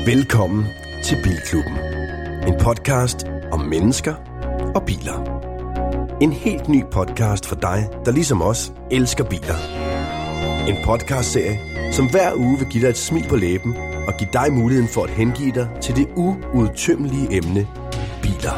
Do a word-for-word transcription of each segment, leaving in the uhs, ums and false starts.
Velkommen til Bilklubben. En podcast om mennesker og biler. En helt ny podcast for dig, der ligesom os elsker biler. En podcastserie, som hver uge vil give dig et smil på læben og give dig muligheden for at hengive dig til det uudtømmelige emne biler.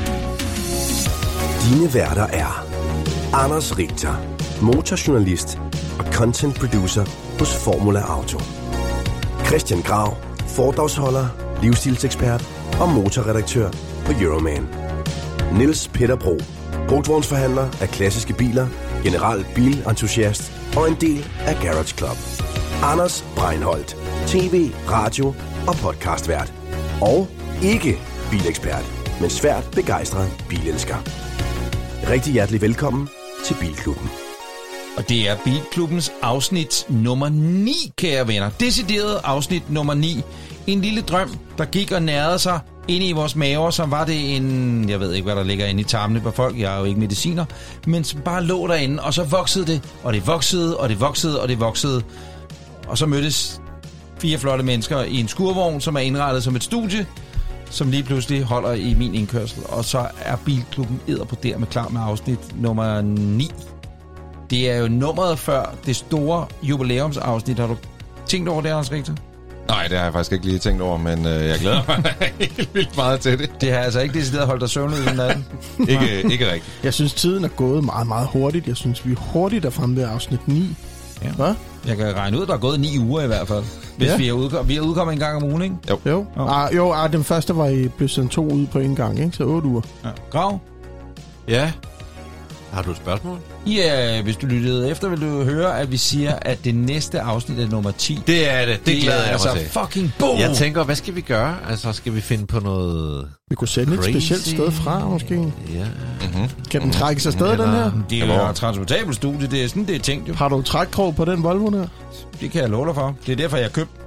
Dine værter er Anders Richter, motorjournalist og content producer hos Formula Auto. Christian Grav, foredragsholder, livsstilsekspert og motorredaktør på Euroman. Niels Peter Bro, brugtvognsforhandler af klassiske biler, general bilentusiast og en del af Garage Club. Anders Breinholt, tv, radio og podcastvært. Og ikke bilekspert, men svært begejstret bilelsker. Rigtig hjertelig velkommen til Bilklubben. Og det er Bilklubbens afsnit nummer ni, kære venner. Decideret afsnit nummer ni. En lille drøm, der gik og nærede sig inde i vores maver, som var det en... Jeg ved ikke, hvad der ligger inde i tarmene på folk. Jeg er jo ikke mediciner. Men som bare lå derinde, og så voksede det. Og det voksede, og det voksede, og det voksede. Og så mødtes fire flotte mennesker i en skurvogn, som er indrettet som et studie, som lige pludselig holder i min indkørsel. Og så er Bilklubben edderpå med klar med afsnit nummer ni. Det er jo nummeret før det store jubilæumsafsnit. Har du tænkt over det, Anders Richter? Nej, det har jeg faktisk ikke lige tænkt over, men øh, jeg glæder mig helt vildt meget til det. Det har altså ikke decideret holdt dig søvnløs i natten. ikke, ikke rigtigt. Jeg synes, tiden er gået meget, meget hurtigt. Jeg synes, vi er hurtigt er fremme ved afsnit ni. Ja. Hvad? Jeg kan regne ud, der er gået ni uger i hvert fald. Hvis ja. vi, er udkom- vi er udkommet en gang om ugen, ikke? Jo. Jo, jo. Ah, jo ah, den første var i blevet sendt to ud på en gang, ikke? Så otte uger. Ja. Grav? Ja? Har du et spørgsmål? Ja, hvis du lyttede efter, vil du høre, at vi siger, at det næste afsnit er nummer ti. Det er det. Det, det glæder jeg altså mig til. Fucking boom! Jeg tænker, hvad skal vi gøre? Altså, skal vi finde på noget... Vi kunne sende et specielt sted fra, måske. Ja. Mm-hmm. Kan den trække sig afsted, den her? Det er jo et transportabelt studie. Det er sådan, det er tænkt jo. Har du trækkrog på den Volvo der? Det kan jeg love dig for. Det er derfor, jeg købte.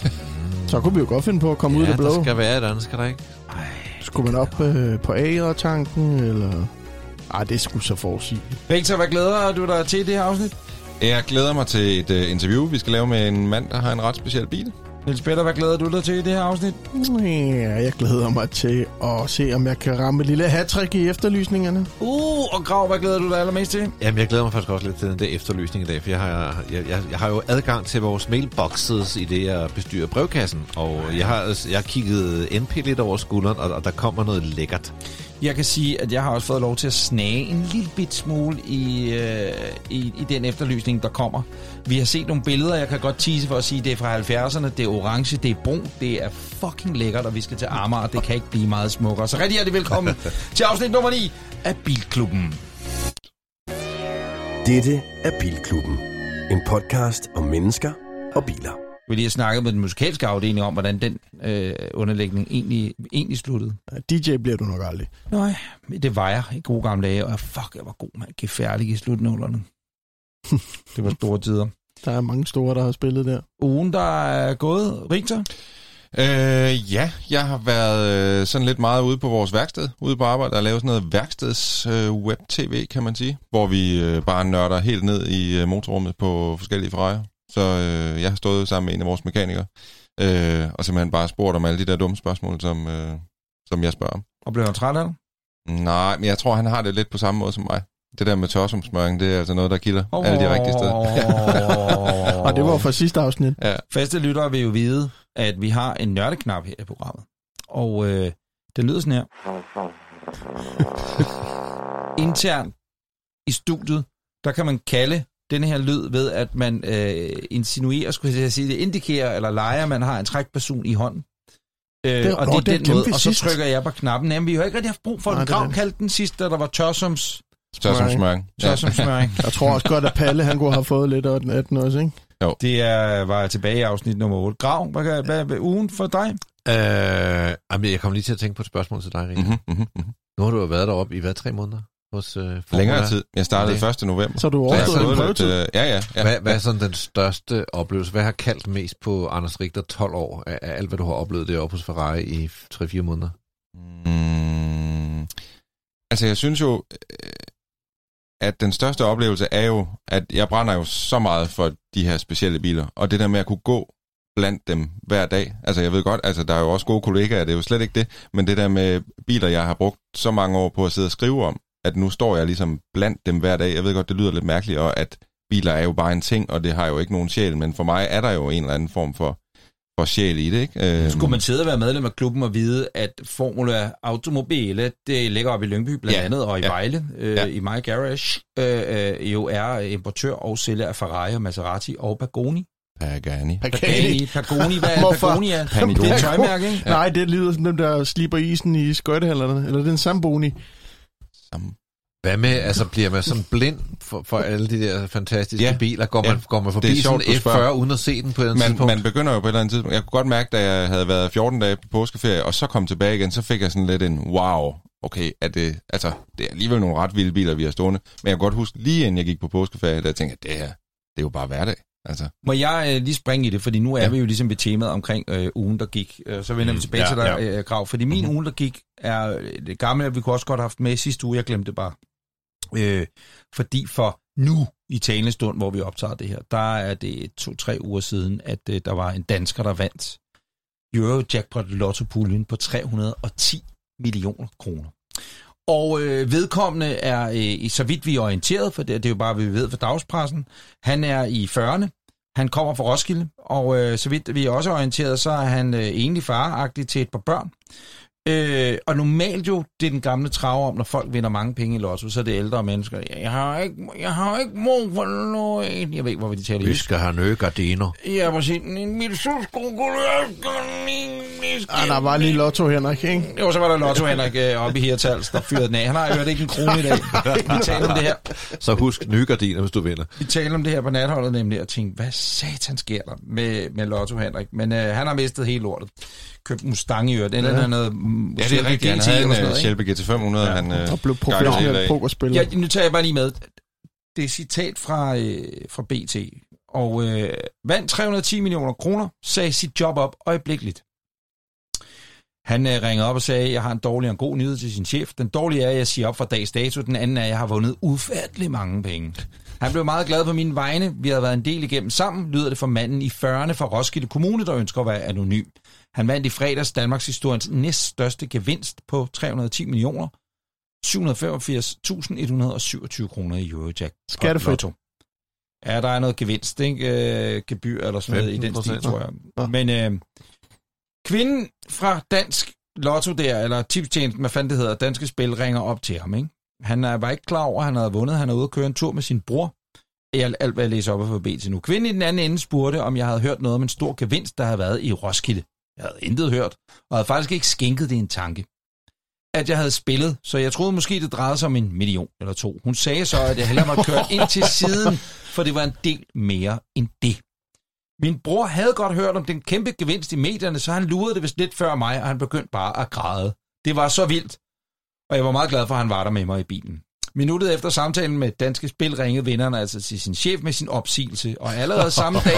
Så kunne vi jo godt finde på at komme ja, ud af det blå. Ja, der skal være et andet, skal der ikke? Ej, skulle man op øh, på A-tanken, eller... Ej, det skulle så forudsige. Victor, hvad glæder du dig til i det her afsnit? Jeg glæder mig til et uh, interview, vi skal lave med en mand, der har en ret speciel bil. Niels Peter, hvad glæder du dig til i det her afsnit? Ja, jeg glæder mig til at se, om jeg kan ramme et lille hat-trick i efterlysningerne. Uh, og Grav, hvad glæder du dig allermest til? Jamen, jeg glæder mig faktisk også lidt til den der efterlysning i dag, for jeg har, jeg, jeg, jeg har jo adgang til vores mailboxes i det, jeg bestyrer brevkassen, og jeg har, jeg har kigget N P lidt over skulderen, og, og der kommer noget lækkert. Jeg kan sige, at jeg har også fået lov til at snage en lille bit smule i, øh, i, i den efterlysning, der kommer. Vi har set nogle billeder, jeg kan godt tease for at sige, at det er fra halvfjerdserne, det er orange, det er brun, det er fucking lækkert, og vi skal til Amager, det kan ikke blive meget smukkere. Så rigtig hjertelig velkommen til afsnit nummer ni af Bilklubben. Dette er Bilklubben. En podcast om mennesker og biler. Vi lige har snakket med den musikalske afdeling om, hvordan den øh, underlægning egentlig, egentlig sluttede. D J bliver du nok aldrig. Nej, det var jeg i gode gamle dage, og fuck, jeg var god, man. Ikke færdig i slutnullerne. Det var store tider. Der er mange store, der har spillet der. Ugen, der er gået. Richter? Øh, ja, jeg har været øh, sådan lidt meget ude på vores værksted, ude på arbejde, og lavet sådan noget værksteds øh, web-tv, kan man sige, hvor vi øh, bare nørder helt ned i øh, motorrummet på forskellige Ferrari'er. Så øh, jeg har stået sammen med en af vores mekanikere, øh, og simpelthen bare spurgt om alle de der dumme spørgsmål, som, øh, som jeg spørger om. Og blev han træt af det? Nej, men jeg tror, han har det lidt på samme måde som mig. Det der med tørsumsmøring, det er altså noget, der kilder oh, alle de rigtige steder. Oh, og det var fra sidste afsnit. Ja. Faste lyttere vil jo vide, at vi har en nørdeknap her i programmet. Og øh, den lyder sådan her. Internt i studiet, der kan man kalde denne her lyd ved, at man øh, insinuerer, skulle jeg sige, det indikerer eller leger, at man har en trækperson i hånden. Øh, det, og det er den, den måde, og så trykker jeg på knappen. Jamen, vi har jo ikke rigtig haft brug for den. Grav kaldte den sidst, da der var tørsums... Tørsumsmøring. Tørsumsmøring. Jeg tror også godt, at Palle, han kunne have fået lidt af den atten også, ikke? Jo. Det er, var tilbage i afsnit nummer otte. Grav, hvad, hvad, hvad ugen for dig? Øh, jeg kom lige til at tænke på et spørgsmål til dig, Rine. Mm-hmm, mm-hmm. Nu har du jo været deroppe i hvad, tre måneder? Hos, øh, Længere tid. Jeg startede første november. Så du overstået en prøvetid? Ja, ja. ja. Hvad, hvad er sådan den største oplevelse? Hvad har kaldt mest på Anders Richter tolv år af alt, hvad du har oplevet deroppe hos Ferrari i tre fire måneder? Mm, altså, jeg synes jo, at den største oplevelse er jo, at jeg brænder jo så meget for de her specielle biler. Og det der med at kunne gå blandt dem hver dag. Altså, jeg ved godt, altså, der er jo også gode kollegaer, det er jo slet ikke det, men det der med biler, jeg har brugt så mange år på at sidde og skrive om, at nu står jeg ligesom blandt dem hver dag. Jeg ved godt, det lyder lidt mærkeligt, og at biler er jo bare en ting, og det har jo ikke nogen sjæl, men for mig er der jo en eller anden form for, for sjæl i det, ikke? Skulle man sidde og være medlem af klubben og vide, at Formula Automobile, det ligger op i Lyngby blandt ja. andet, og i ja. Vejle, øh, ja. i My Garage, øh, øh, jo er importør og sælger af Ferrari og Maserati og Pagani. Pagani. Pagani. Pagani. Hvad er Pagani? Er? Det er et tøjmærke, ikke? Ja. Nej, det lyder som dem, der slipper isen i skøjtehallerne. Eller det er en Zamboni. Sam. Hvad med, altså bliver man sådan blind for, for alle de der fantastiske ja. biler? Går man, ja. går man forbi sådan en F fyrre uden at se den på et man, tidspunkt? Man begynder jo på et eller andet tidspunkt. Jeg kunne godt mærke, da jeg havde været fjorten dage på påskeferie, og så kom tilbage igen, så fik jeg sådan lidt en wow. Okay, er det, altså, det er alligevel nogle ret vilde biler, vi har stående. Men jeg kan godt huske, lige inden jeg gik på påskeferie, der tænkte jeg, det her, det er jo bare hverdag. Altså. Må jeg øh, lige springe i det, fordi nu er ja. vi jo ligesom ved temaet omkring øh, ugen, der gik. Øh, så vender mm, vi tilbage ja, til dig, ja. øh, Grav. Fordi min mm-hmm. ugen, der gik, er det gamle, at vi kunne også godt have haft med i sidste uge. Jeg glemte det bare. Øh, fordi for nu, i talende stund, hvor vi optager det her, der er det to-tre uger siden, at øh, der var en dansker, der vandt Eurojackpot Lotto-puljen på tre hundrede og ti millioner kroner. Og øh, vedkommende er, øh, så vidt vi er orienteret, for det, det er jo bare, vi ved fra dagspressen, han er i fyrrerne, han kommer fra Roskilde, og øh, så vidt vi er også orienteret, så er han øh, egentlig faragtig til et par børn. Øh, og normalt jo, det er den gamle trav om, når folk vinder mange penge i lotto, så er det ældre mennesker. Jeg har ikke, jeg har ikke brug for noget. Jeg ved ikke, hvor de taler. Vi skal have nye gardiner. Ja, præcis. Mit Ah, der var lige Lotto Henrik, ikke? Jo, så var der Lotto Henrik øh, oppe i Hirtals, der fyrede den af. Han har hørt ikke en krone i dag. Vi taler om det her. Så husk nye gardiner, hvis du vinder. Vi taler om det her på natholdet nemlig, og tænkte, hvad satan sker der med, med Lotto Henrik? Men øh, han har mistet hele lortet. Købt Mustang i øvrigt. Eller ja. noget, ja, det er rigtigt. Han havde en Shelby G T fem hundrede. Ja. Han øh, og blev professionel pokerspiller. Ja, nu tager jeg bare lige med. Det er citat fra, øh, fra B T. Og øh, vandt tre hundrede og ti millioner kroner, sagde sit job op øjeblikkeligt. Han øh, ringede op og sagde, at jeg har en dårlig og en god nyhed til sin chef. Den dårlige er, at jeg siger op fra dags dato. Den anden er, at jeg har vundet ufattelig mange penge. Han blev meget glad på mine vegne. Vi har været en del igennem sammen, lyder det for manden i fyrrerne fra Roskilde Kommune, der ønsker at være anonym. Han vandt i fredags Danmarks historiens næststørste gevinst på tre hundrede og ti millioner, syv hundrede og femogfirs tusind et hundrede og syvogtyve kroner i Eurojackpot. Skattefrit. Ja, der er noget gevinst, ikke? Øh, gebyr eller sådan noget i den stil, tror jeg. Ja. Men øh, kvinden fra Dansk Lotto der, eller tipstjenesten, hvad fanden det hedder, Danske Spil, ringer op til ham, ikke? Han var ikke klar over, at han havde vundet. Han er ude at køre en tur med sin bror. Alt, alt hvad jeg læser op og forbi til nu. Kvinden i den anden ende spurgte, om jeg havde hørt noget om en stor gevinst, der havde været i Roskilde. Jeg havde intet hørt, og havde faktisk ikke skænket det en tanke. At jeg havde spillet, så jeg troede måske, det drejede sig om en million eller to. Hun sagde så, at jeg hellere måtte køre ind til siden, for det var en del mere end det. Min bror havde godt hørt om den kæmpe gevinst i medierne, så han lurede det vist lidt før mig, og han begyndte bare at græde. Det var så vildt, og jeg var meget glad for, at han var der med mig i bilen. Minuttet efter samtalen med Danske Spil ringede vinderne altså til sin chef med sin opsigelse, og allerede samme dag...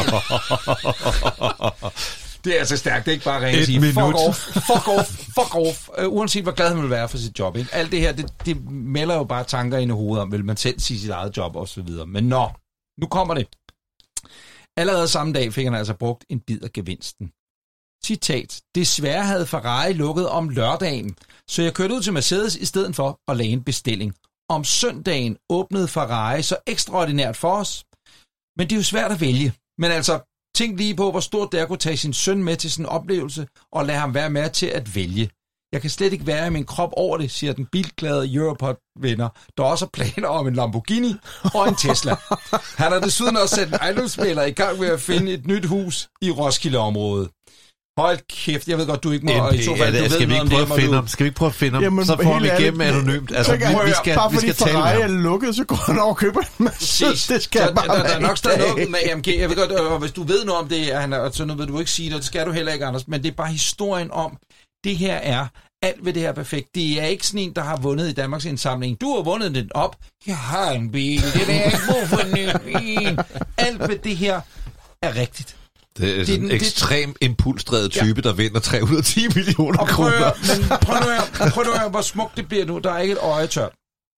Det er altså stærkt, det er ikke bare at ringe og sige, fuck off, fuck off, fuck off, uh, uanset hvor glad han vil være for sit job. Ikke? Alt det her, det, det melder jo bare tanker ind i hovedet om, vil man selv sige sit eget job og så videre. Men nå, nu kommer det. Allerede samme dag fik han altså brugt en bid af gevinsten. Citat. Desværre havde Ferrari lukket om lørdagen, så jeg kørte ud til Mercedes i stedet for at lage en bestilling. Om søndagen åbnede Ferrari så ekstraordinært for os. Men det er jo svært at vælge. Men altså, tænk lige på, hvor stort det er at kunne tage sin søn med til sådan en oplevelse, og lade ham være med til at vælge. Jeg kan slet ikke være i min krop over det, siger den bilglade Europot-vinder, der også har planer om en Lamborghini og en Tesla. Han har desuden også sat en ejendomsmægler i gang med at finde et nyt hus i Roskilde-området. Hold kæft, jeg ved godt, du ikke må... N P, i så fald, ja, du skal, ved vi ikke prøve at finde ham? skal vi ikke prøve at finde ham? Jamen, så får vi igennem anonymt. Altså, vi, vi skal, bare vi skal fordi tale Ferrari er lukket, så går han over og køber en masse. Det skal så, bare der, der er nok stadig noget med A M G. Jeg ved godt, og hvis du ved noget om det, han er, så nu vil du ikke sige det, det skal du heller ikke, Anders. Men det er bare historien om, det her er alt ved det her perfekt. Det er ikke sådan en, der har vundet i Danmarks indsamling. Du har vundet den op. Jeg har en bil. Det er ikke brug for en ny bil. Alt ved det her er rigtigt. Det er sådan en ekstrem impulsdrevet type, ja. Der vinder tre hundrede og ti millioner og kroner. Høre, men prøv nu at prøv nu at høre, hvor smukt det bliver nu. Der er ikke et øje tørt.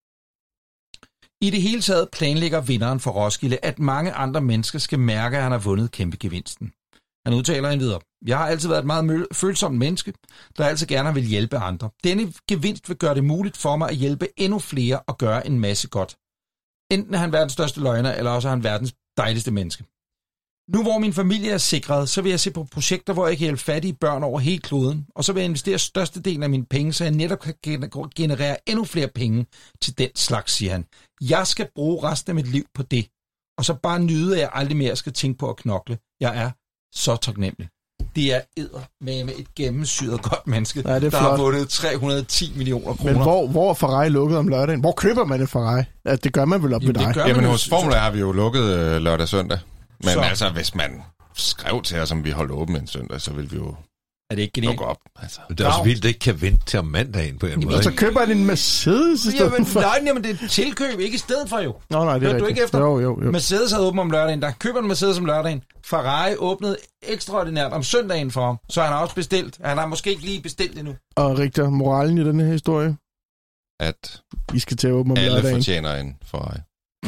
I det hele taget planlægger vinderen for Roskilde, at mange andre mennesker skal mærke, at han har vundet kæmpe gevinsten. Han udtaler en videre. Jeg har altid været et meget mø- følsomt menneske, der altid gerne vil hjælpe andre. Denne gevinst vil gøre det muligt for mig at hjælpe endnu flere og gøre en masse godt. Enten er han verdens største løgner, eller også er han verdens dejligste menneske. Nu hvor min familie er sikret, så vil jeg se på projekter, hvor jeg kan hjælpe fattige børn over hele kloden, og så vil jeg investere størstedelen af mine penge, så jeg netop kan generere endnu flere penge til den slags, siger han. Jeg skal bruge resten af mit liv på det, og så bare nyde, at jeg aldrig mere skal tænke på at knokle. Jeg er så taknemmelig. Det er eddermame et gennemsyret godt menneske, ja, der flot. Har vundet tre hundrede og ti millioner kroner. Men hvor, hvor er Ferrari lukket om lørdagen? Hvor køber man et Ferrari? Altså, det gør man vel op ved dig? Jamen hos Formula har vi jo lukket øh, lørdag og søndag. Men så. altså, hvis man skrev til os, om vi holdt åben en søndag, så vil vi jo er det ikke lukke op. Altså. Det er også vildt, det ikke kan vente til om mandagen på en måde. Og så køber han en Mercedes i stedet jamen, for. Nej, jamen, det er tilkøb, ikke i stedet for jo. Nå, nej, det er Hørte du ikke efter? Jo, jo, jo. Mercedes havde åbent om lørdagen. Der køber en Mercedes om lørdagen. Ferrari åbnede ekstraordinært om søndagen for ham. Så han har også bestilt. Han har måske ikke lige bestilt endnu. Og Richter, moralen i den her historie? At I skal til at åbne om alle lørdagen. fortjener en Ferrari.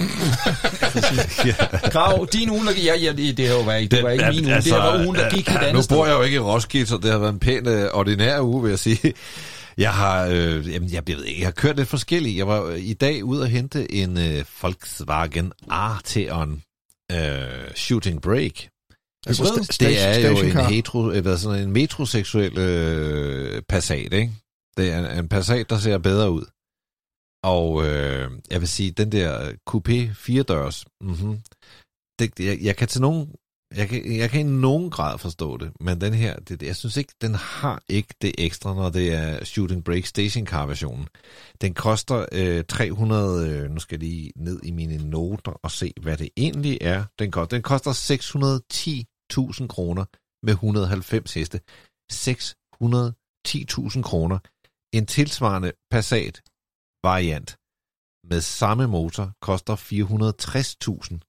Grav, din uge, der gik... Ja, ja, det har jo været ikke, det var ikke min uge. Altså, det var ugen, der gik et andet Nu sted. bor jeg jo ikke i Roskilde, så det har været en pæn uh, ordinær uge, vil jeg sige. Jeg har, øh, jamen, jeg, ved ikke, jeg har kørt lidt forskelligt. Jeg var i dag ude at hente en uh, Volkswagen Arteon uh, Shooting Brake. Altså, det er jo en, car. hetero, eller sådan en metroseksuel øh, Passat, ikke? Det er en, en Passat, der ser bedre ud. Og øh, jeg vil sige, den der coupé firedørs, mm-hmm, det, jeg, jeg kan til nogen, jeg kan, jeg kan i nogen grad forstå det, men den her, det, jeg synes ikke, den har ikke det ekstra, når det er Shooting Brake stationcar-versionen. Den koster øh, tre hundrede, øh, nu skal jeg lige ned i mine noter og se, hvad det egentlig er. Den, koster, den koster seks hundrede og ti tusind kroner med et hundrede og halvfems heste. seks hundrede og ti tusind kroner. En tilsvarende Passat variant med samme motor koster fire hundrede og tres tusind.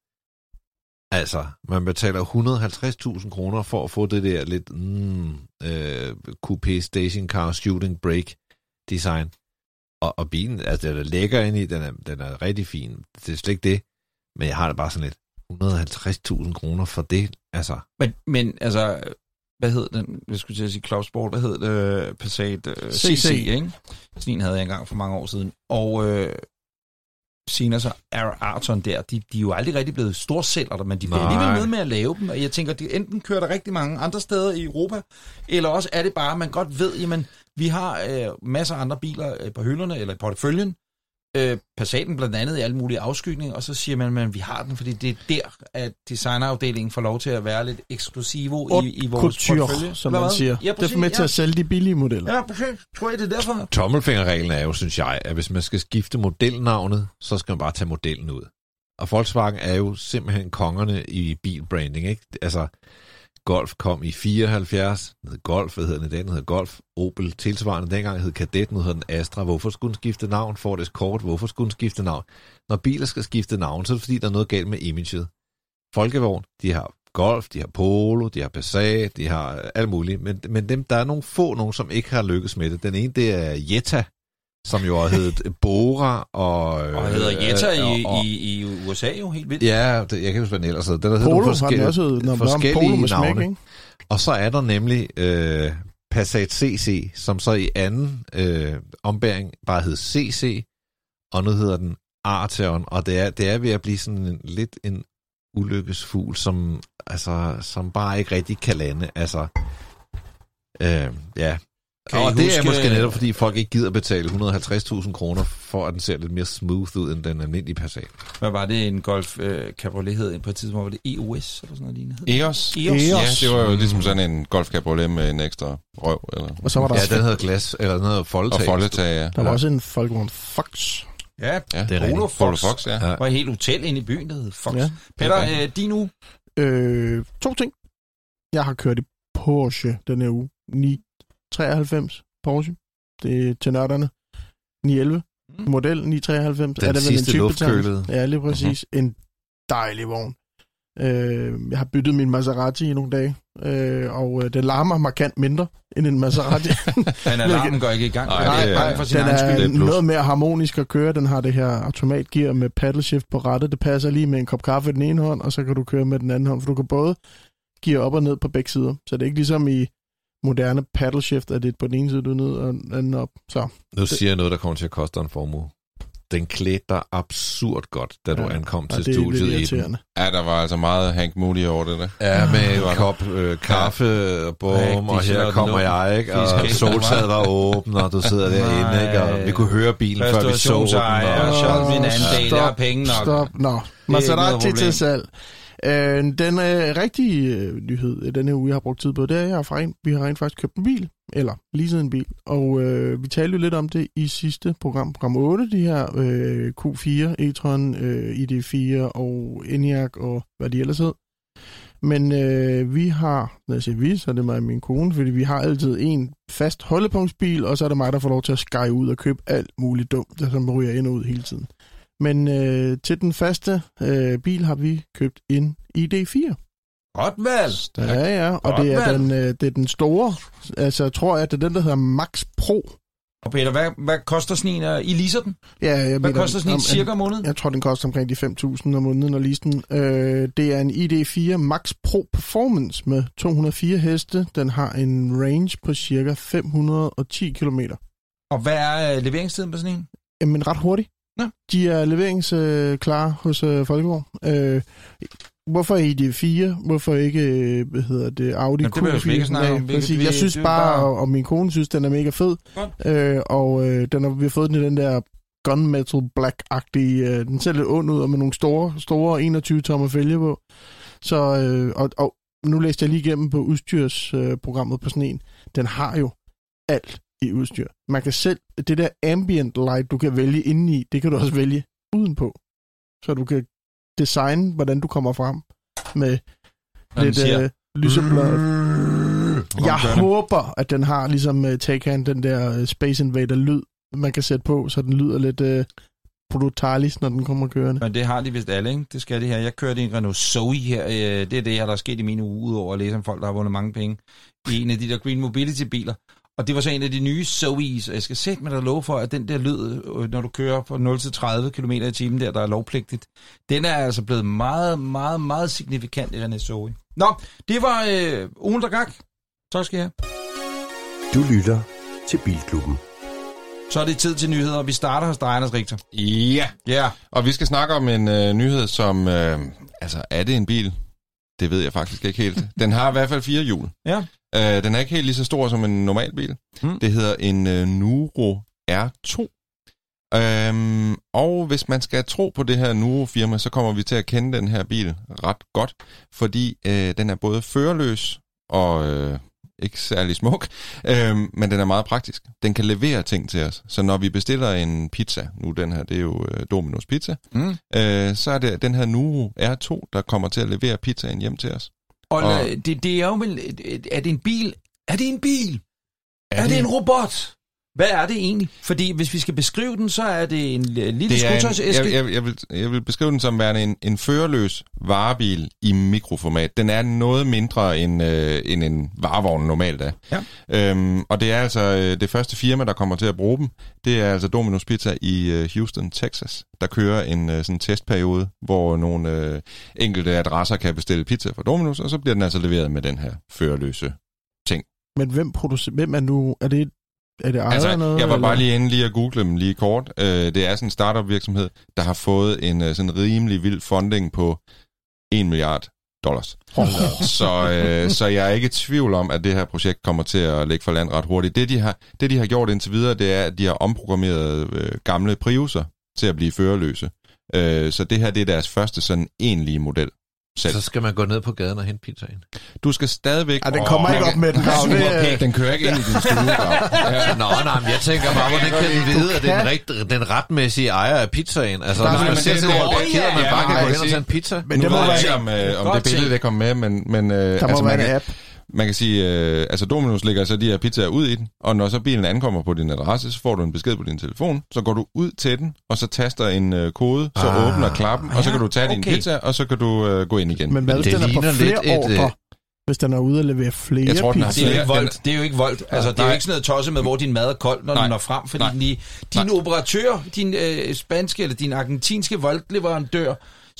Altså, man betaler et hundrede og halvtreds tusind kroner for at få det der lidt mm, øh, coupé stationcar shooting brake design. Og, og bilen, altså den er lækker ind i, den er, den er rigtig fin. Det er slet ikke det. Men jeg har det bare sådan lidt et hundrede og halvtreds tusind kroner for det. Altså. Men, men altså, hvad hed den? Jeg skulle til at sige Claus Sport. Hvad hed det? Passat uh, C C, ikke? Sådan en havde jeg engang for mange år siden. Og øh, senere så Arteon der, de, de er jo aldrig rigtig blevet storsælgere, men de bliver alligevel med med at lave dem. Og jeg tænker, de enten kører der rigtig mange andre steder i Europa, eller også er det bare, at man godt ved, jamen, vi har øh, masser af andre biler øh, på hylderne, eller i porteføljen. Øh, Passaten blandt andet i alle mulige afskygninger, og så siger man, at vi har den, fordi det er der, at designafdelingen får lov til at være lidt eksklusivo i, i vores couture, portefølje. som man siger. Ja, præcis, det er med til ja. at sælge de billige modeller. Ja, præcis. Tror jeg, det er derfor. Tommelfingerreglen er jo, synes jeg, at hvis man skal skifte modelnavnet, så skal man bare tage modellen ud. Og Volkswagen er jo simpelthen kongerne i bilbranding, ikke? Altså, Golf kom i fireoghalvfjerds, den hed Golf, hvad hedder den i dag? Den hedder Golf, Opel, tilsvarende dengang hed Kadett, nu hedder den Astra. Hvorfor skulle den skifte navn? Ford Escort, hvorfor skulle den skifte navn? Når biler skal skifte navn, så er det fordi, der er noget galt med imaget. Folkevogn, de har Golf, de har Polo, de har Passat, de har alt muligt, men, men dem, der er nogle få, nogen, som ikke har lykkes med det. Den ene, det er Jetta, som jo har heddet Bora, og... Og hedder Jetta øh, i, og, og, i, i U S A jo helt vildt. Ja, det, jeg kan huske, hvad den ellers hedder. Den har Polo nogle har den også heddet, når forskellige Polo med navne. smæk, ikke? Og så er der nemlig øh, Passat C C, som så i anden øh, ombæring bare hed C C, og nu hedder den Arteon, og det er, det er ved at blive sådan en, lidt en ulykkesfugl, som, altså, som bare ikke rigtig kan lande. Altså, øh, ja. Kan og I det huske, er måske netop, fordi folk ikke gider betale et hundrede og halvtreds tusind kroner, for at den ser lidt mere smooth ud, end den almindelige Passat. Hvad var det, en Golf øh, Cabriolet hed på et tidspunkt? Var det E O S eller sådan noget lignende? E O S? E O S. Ja, det var jo ligesom sådan en Golf Cabriolet med en ekstra røv. Eller. Og så var der Ja, også, den hedder glas, eller den hedder foldtag. Og foldetag, ja. der var også en Volkswagen Fox. Ja, Ja, det er Polo rigtigt. Polo Fox. Fox, ja. Ja. Der var et helt hotel inde i byen, der hed Fox. Ja. Peter, øh, din uge? Øh, to ting. Jeg har kørt i Porsche den her uge. ni treoghalvfems Porsche. Det er til nørderne. ni elleve Mm. model ni treoghalvfems. Den er det sidste vel en typebetegnelse? luftkølede. Ja, lige præcis. Mm-hmm. En dejlig vogn. Øh, jeg har byttet min Maserati i nogle dage, øh, og øh, den larmer markant mindre end en Maserati. Den alarmen går ikke i gang. Nej, Nej, det er- nej, for sin den egen er skyld. det er plus. noget mere harmonisk at køre. Den har det her automatgear med paddle shift på rattet. Det passer lige med en kop kaffe i den ene hånd, og så kan du køre med den anden hånd, for du kan både gear op og ned på begge sider. Så det er ikke ligesom i moderne paddle shift, at det er på den ene side, du er ned, og den anden op. Så Nu siger jeg noget, der kommer til at koste en formue. Den klædte dig absurd godt, da du Ja, ankom og til det er studiet lidt i den. irriterende. Ja, der var altså meget Hank Moody over det der. Ja, med Det var en kop øh, kaffe, og bum, Rigtig og her sådan kommer noget. jeg, ikke? Og Fiskæg. soltaget var åben, og du sidder derinde, ikke? Og vi kunne høre bilen, før vi så den. Restaurationsejer, og- solgt min anden del, der er penge nok. Stop. Nå, ikke Maserati noget problem. til salg. Øh, den øh, rigtige øh, nyhed i denne uge, jeg har brugt tid på, det er, at jeg har fra en, vi har rent faktisk købt en bil, eller leaset en bil, og øh, vi talte jo lidt om det i sidste program, program otte, de her øh, Q fire, e-tron, øh, I D fire og Enyaq og hvad de ellers hed. Men øh, vi har, når jeg siger vi, så er det mig og min kone, fordi vi har altid en fast holdepunktsbil, og så er det mig, der får lov til at skære ud og købe alt muligt dumt, der som ryger ind og ud hele tiden. Men øh, til den faste øh, bil har vi købt en I D fire. Godt valg. Ja, ja, og Godt det er, valg. den, øh, det er den store, altså jeg tror, at det er den, der hedder Max Pro. Og Peter, hvad, hvad koster sådan en? øh, I leaser den? Ja, jeg Hvad mener, koster sådan en om- cirka om måneden? Jeg tror, den koster omkring de fem tusind om måneden at lease den. Øh, det er en I D fire Max Pro Performance med to hundrede og fire heste. Den har en range på cirka fem hundrede og ti kilometer. Og hvad er øh, leveringstiden på sådan en? Jamen ret hurtigt. Nå. De er leveringsklar øh, hos øh, Folkevogn. Øh, hvorfor I D fire? Hvorfor ikke, øh, hvad hedder det, Audi Nå, Q det behøver vi ikke snakke Nej, om. Vi- præcis. vi- Jeg synes det er bare, bare- og, og min kone synes, den er mega fed. Godt. Øh, og øh, den har, vi har fået den i den der gunmetal black-agtige. Øh, den ser lidt ond ud, og med nogle store, store enogtyve tommer fælge på. Så, øh, og, og nu læste jeg lige igennem på udstyrsprogrammet øh, programmet på sådan en. Den har jo alt i udstyr. Man kan selv, det der ambient light, du kan vælge indeni, det kan du også vælge udenpå. Så du kan designe, hvordan du kommer frem med Når den lidt siger, øh, lyseblåt. Jeg Hvor den håber, at den har ligesom uh, Taycan, den der uh, Space Invader lyd, man kan sætte på, så den lyder lidt uh, brutalis, når den kommer kørende. Men det har de vist alle, ikke? Det skal de her. Jeg kørte i en Renault Zoe her. øh, Det er det, der er sket i mine uge, udover at læse om folk, der har vundet mange penge i en af de der Green Mobility-biler. Og det var så en af de nye Zoe's, og jeg skal sætte mig der lov for, at den der lyd, øh, når du kører fra nul til tredive kilometer i timen der, der er lovpligtigt, den er altså blevet meget, meget, meget signifikant i Renault Zoe. Nå, det var øh, ugen, der gak. Tak skal I have. Du lytter til Bilklubben. Så er det tid til nyheder. Vi starter hos dig, Anders Richter. Ja, Ja. og vi skal snakke om en øh, nyhed, som... Øh, altså, er det en bil? Det ved jeg faktisk ikke helt. Den har i hvert fald fire hjul. Ja. Øh, den er ikke helt lige så stor som en normal bil. Hmm. Det hedder en øh, Nuro R to. Øhm, og hvis man skal tro på det her Nuro-firma, så kommer vi til at kende den her bil ret godt, fordi øh, den er både førerløs og øh, ikke særlig smuk, øh, men den er meget praktisk. Den kan levere ting til os. Så når vi bestiller en pizza, nu den her, det er jo øh, Domino's Pizza, Mm. øh, så er det den her Nuro R to, der kommer til at levere pizzaen hjem til os. Og, Og- og det, det er jo vel... Er det en bil? Er det en bil? Er, er det en robot? Hvad er det egentlig? Fordi hvis vi skal beskrive den, så er det en lille Det er en, skotøjsæske. jeg, jeg, jeg, vil, jeg vil beskrive den som værende en, en førerløs varebil i mikroformat. Den er noget mindre end, øh, end en varevogn normalt er. Ja. Øhm, og det er altså øh, det første firma, der kommer til at bruge dem. Det er altså Domino's Pizza i øh, Houston, Texas, der kører en øh, sådan testperiode, hvor nogle øh, enkelte adresser kan bestille pizza fra Domino's, og så bliver den altså leveret med den her førerløse. Men hvem producerer, hvem er nu, er det, er det ejet Altså, eller noget? jeg var bare eller? lige inde lige at google dem lige kort. Øh, det er sådan en startup-virksomhed, der har fået en øh, sådan rimelig vild funding på en milliard dollars. så, øh, så jeg er ikke i tvivl om, at det her projekt kommer til at lægge for land ret hurtigt. Det, de har, det, de har gjort indtil videre, det er, at de har omprogrammeret øh, gamle Prius'er til at blive førerløse. Øh, så det her, det er deres første sådan egentlige model. Selv. Så skal man gå ned på gaden og hente pizzaen. Du skal stadigvæk... Ej, den kommer Åh, ikke op med den, Grav. Det er- Den kører ikke ind i din stue, Grav. Ja. Nå, nej, men jeg tænker bare, hvordan kan den vide, at det er den, rigt, den retmæssige ejer af pizzaen? Altså, Nej, hvis man men ser det- sådan det- nogle parkeret, ja, man ja, bare kan man gå kan hen og sige- tage en pizza. Men Nu det må ved jeg være, ikke, om, øh, om Godt det billede, ting. der kom med, men... men øh, der altså, må man være kan, en app. Man kan sige, øh, altså Domino's lægger så de her pizzaer ud i den, og når så bilen ankommer på din adresse, så får du en besked på din telefon, så går du ud til den, og så taster en øh, kode, så Ah, åbner klappen, og så ja, kan du tage din okay. pizza, og så kan du øh, gå ind igen. Men hvad Men hvis det den er på ligner flere lidt et, ordre? øh, Hvis den er ude at levere flere Jeg tror, den har Det er jo pizzaer? ikke flere- voldt. Det er jo ikke voldt. Altså, det er jo nej. ikke sådan noget tosset med, hvor din mad er kold, når Nej. den når frem. Fordi Nej. din, din operatør, din øh, spanske eller din argentinske voltleverandør,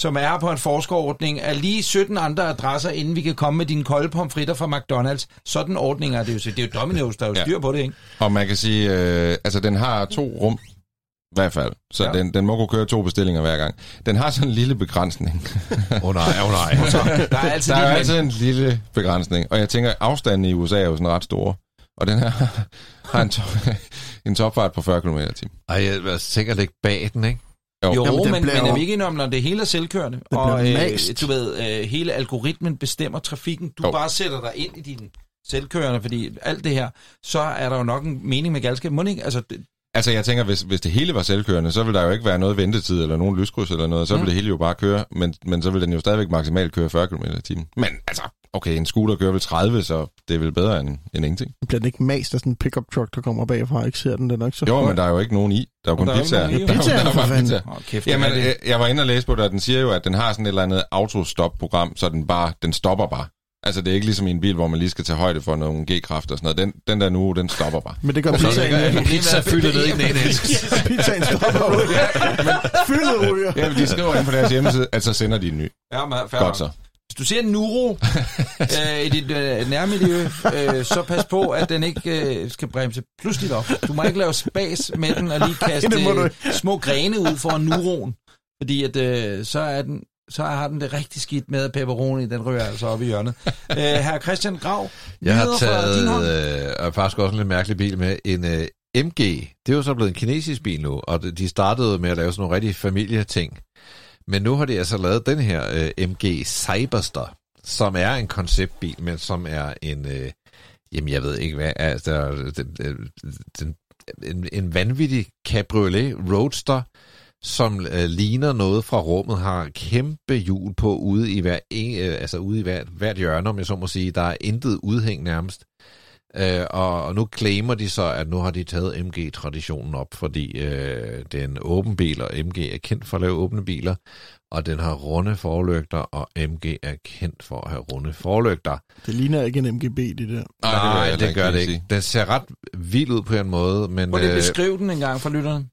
som er på en forskerordning, er lige sytten andre adresser, inden vi kan komme med dine kolde pomfritter fra McDonald's. Sådan ordninger er det jo. Så det er jo Domino's, der er jo styr på det, ikke? Og man kan sige, øh, altså den har to rum, i hvert fald. Så ja. den, den må kunne køre to bestillinger hver gang. Den har sådan en lille begrænsning. Åh oh, nej, åh oh, nej. Der er altid, der er altid en lille begrænsning. Og jeg tænker, afstanden i U S A er jo sådan ret stor. Og den her har en, to- en topfart på fyrre kilometer i timen. Ej, jeg, jeg tænker det ikke bag den, ikke? Jo, jo Jamen, men, bliver men er jo- vi ikke enige om, når det hele er selvkørende, Det og bliver øh, mast. du ved, øh, hele algoritmen bestemmer trafikken, du Jo. bare sætter dig ind i din selvkørende, fordi alt det her, så er der jo nok en mening med galskab. Må ikke? Altså, det, Altså, jeg tænker, hvis, hvis det hele var selvkørende, så ville der jo ikke være noget ventetid eller nogen lyskryds eller noget. Så ville Mm. det hele jo bare køre, men, men så ville den jo stadigvæk maksimalt køre fyrre kilometer i timen. Men altså, okay, en scooter kører vel tredive, så det er vel bedre end, end ingenting. Bliver den ikke mast af sådan en pickup truck, der kommer bagfra og ikke ser den? Den er ikke så Jo, høj. men der er jo ikke nogen i. Der er jo kun der er jo ikke pizzaer. nogen i, jo. Der er jo- Pizzaer, der er for bare fanden. pizzaer. åh, kæft, Jamen, det er det. jeg, jeg var inde og læse på det, og den siger jo, at den har sådan et eller andet autostop-program, så den bare, den stopper bare. Altså, det er ikke ligesom i en bil, hvor man lige skal tage højde for nogle G-kræfter og sådan noget. Den, den der nu, den stopper bare. Men det gør Så pizzaen ligger ikke. en pizza fyldet ned i den ene ende. Pizzaen stopper ud. Fyldet ryger. Ja, de skriver ind på deres hjemmeside, at så sender de en ny. Ja, men, fair Godt nok. så. Hvis du ser en Nuro øh, i dit øh, nærmiljø, øh, så pas på, at den ikke øh, skal bremse pludseligt op. Du må ikke lave spas med den og lige kaste det må du øh, små grene ud foran Nuroen, fordi at, øh, så, er den, så har den det rigtig skidt med, at pepperoni, den rører altså op i hjørnet. Øh, Herre Christian Grav, Jeg har nyheder fra din hånd. taget, øh, og faktisk også en lidt mærkelig bil med, en øh, M G. Det er jo så blevet en kinesisk bil nu, og de startede med at lave sådan nogle rigtig familieting. Men nu har de altså lavet den her øh, M G Cyberster, som er en konceptbil, men som er en, øh, jamen jeg ved ikke hvad, altså den, den, en, en vanvittig cabriolet roadster, som øh, ligner noget fra rummet, har kæmpe hjul på ude i hver, øh, altså ude i hvert, hvert hjørne, om jeg så må sige. Der er intet udhæng nærmest. Øh, og, og nu claimer de så, at nu har de taget M G-traditionen op, fordi øh, det er en åben bil, og M G er kendt for at lave åbne biler, og den har runde forlygter, og M G er kendt for at have runde forlygter. Det ligner ikke en M G B, det der. Nej, Nej, det, det, det gør det ikke. Den ser ret vild ud på en måde, men Må det øh, beskrive den en gang for lytterne?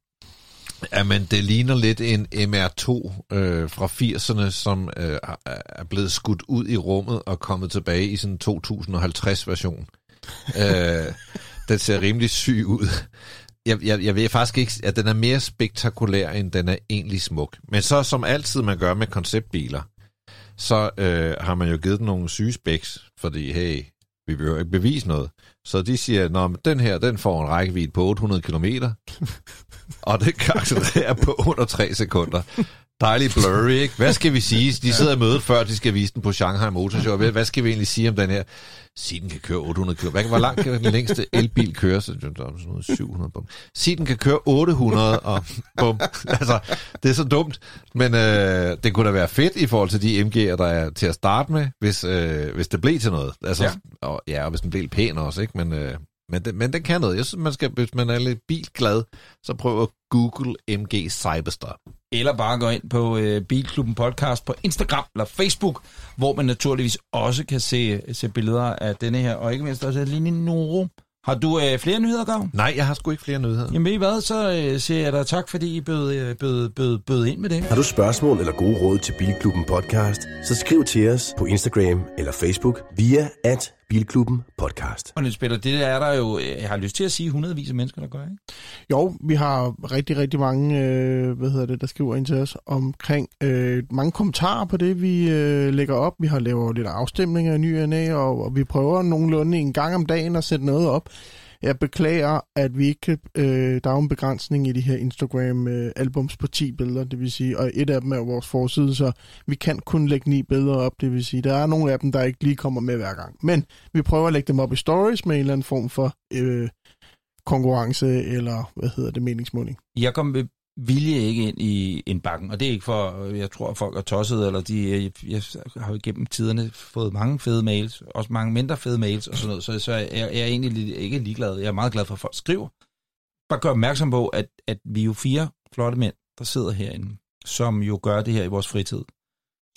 jamen, det ligner lidt en M R to øh, fra firserne, som øh, er blevet skudt ud i rummet og kommet tilbage i sådan en to tusind og halvtreds version. øh, den ser rimelig syg ud. Jeg, jeg, jeg ved faktisk ikke, at den er mere spektakulær, end den er egentlig smuk. Men så som altid man gør med konceptbiler, så øh, har man jo givet den nogle syge specs, fordi hey, vi behøver ikke bevise noget. Så de siger, nå, men den her, den får en rækkevidde på otte hundrede kilometer, og det kan accelerere på under tre sekunder. Dejligt blurry, ikke? Hvad skal vi sige? De sidder i mødet, før de skal vise den på Shanghai Motor Show. Hvad skal vi egentlig sige om den her? Sig, den kan køre otte hundrede kilometer. Hvor langt kan den længste elbil køre? Så der er sådan noget syv hundrede, bum. Sig, den kan køre otte hundrede, og bum. Altså, det er så dumt. Men øh, det kunne da være fedt i forhold til de M G'er, der er til at starte med, hvis, øh, hvis det blev til noget. Altså, Ja. Og, ja, og hvis den blev lidt pæn også, ikke? Men... Øh, Men, det, men den kan noget. Jeg synes, man skal, hvis man er lidt bilglad, så prøv at google M G Cyberster. Eller bare gå ind på øh, Bilklubben Podcast på Instagram eller Facebook, hvor man naturligvis også kan se, se billeder af denne her, og ikke mindst også af Line Noro. Har du øh, flere nyheder, Gav? Nej, jeg har sgu ikke flere nyheder. Jamen ved I hvad, så øh, siger jeg dig tak, fordi I bød, øh, bød, bød, bød ind med det. Har du spørgsmål eller gode råd til Bilklubben Podcast, så skriv til os på Instagram eller Facebook via at Bilklubben Podcast. Og Niels Peter, det der er der jo, jeg har lyst til at sige, hundredvis af mennesker, der gør, ikke? Jo, vi har rigtig, rigtig mange, øh, hvad hedder det, der skriver ind til os omkring øh, mange kommentarer på det, vi øh, lægger op. Vi har lavet lidt afstemninger i ny og næ, og, og vi prøver nogenlunde en gang om dagen at sætte noget op. Jeg beklager, at vi ikke kan, øh, der er en begrænsning i de her Instagram-albums på ti billeder, det vil sige, og et af dem er vores forside, så vi kan kun lægge ni billeder op, det vil sige, der er nogle af dem, der ikke lige kommer med hver gang. Men vi prøver at lægge dem op i stories med en eller anden form for øh, konkurrence, eller hvad hedder det, meningsmåling. Jeg kom med vilje ikke ind i en bakken, og det er ikke for, jeg tror, at folk er tosset, eller de, jeg, jeg har jo gennem tiderne fået mange fede mails, også mange mindre fede mails og sådan noget, så, så jeg, jeg er egentlig ikke ligeglad. Jeg er meget glad for, at folk skriver. Bare gør opmærksom på, at, at vi er jo fire flotte mænd, der sidder herinde, som jo gør det her i vores fritid.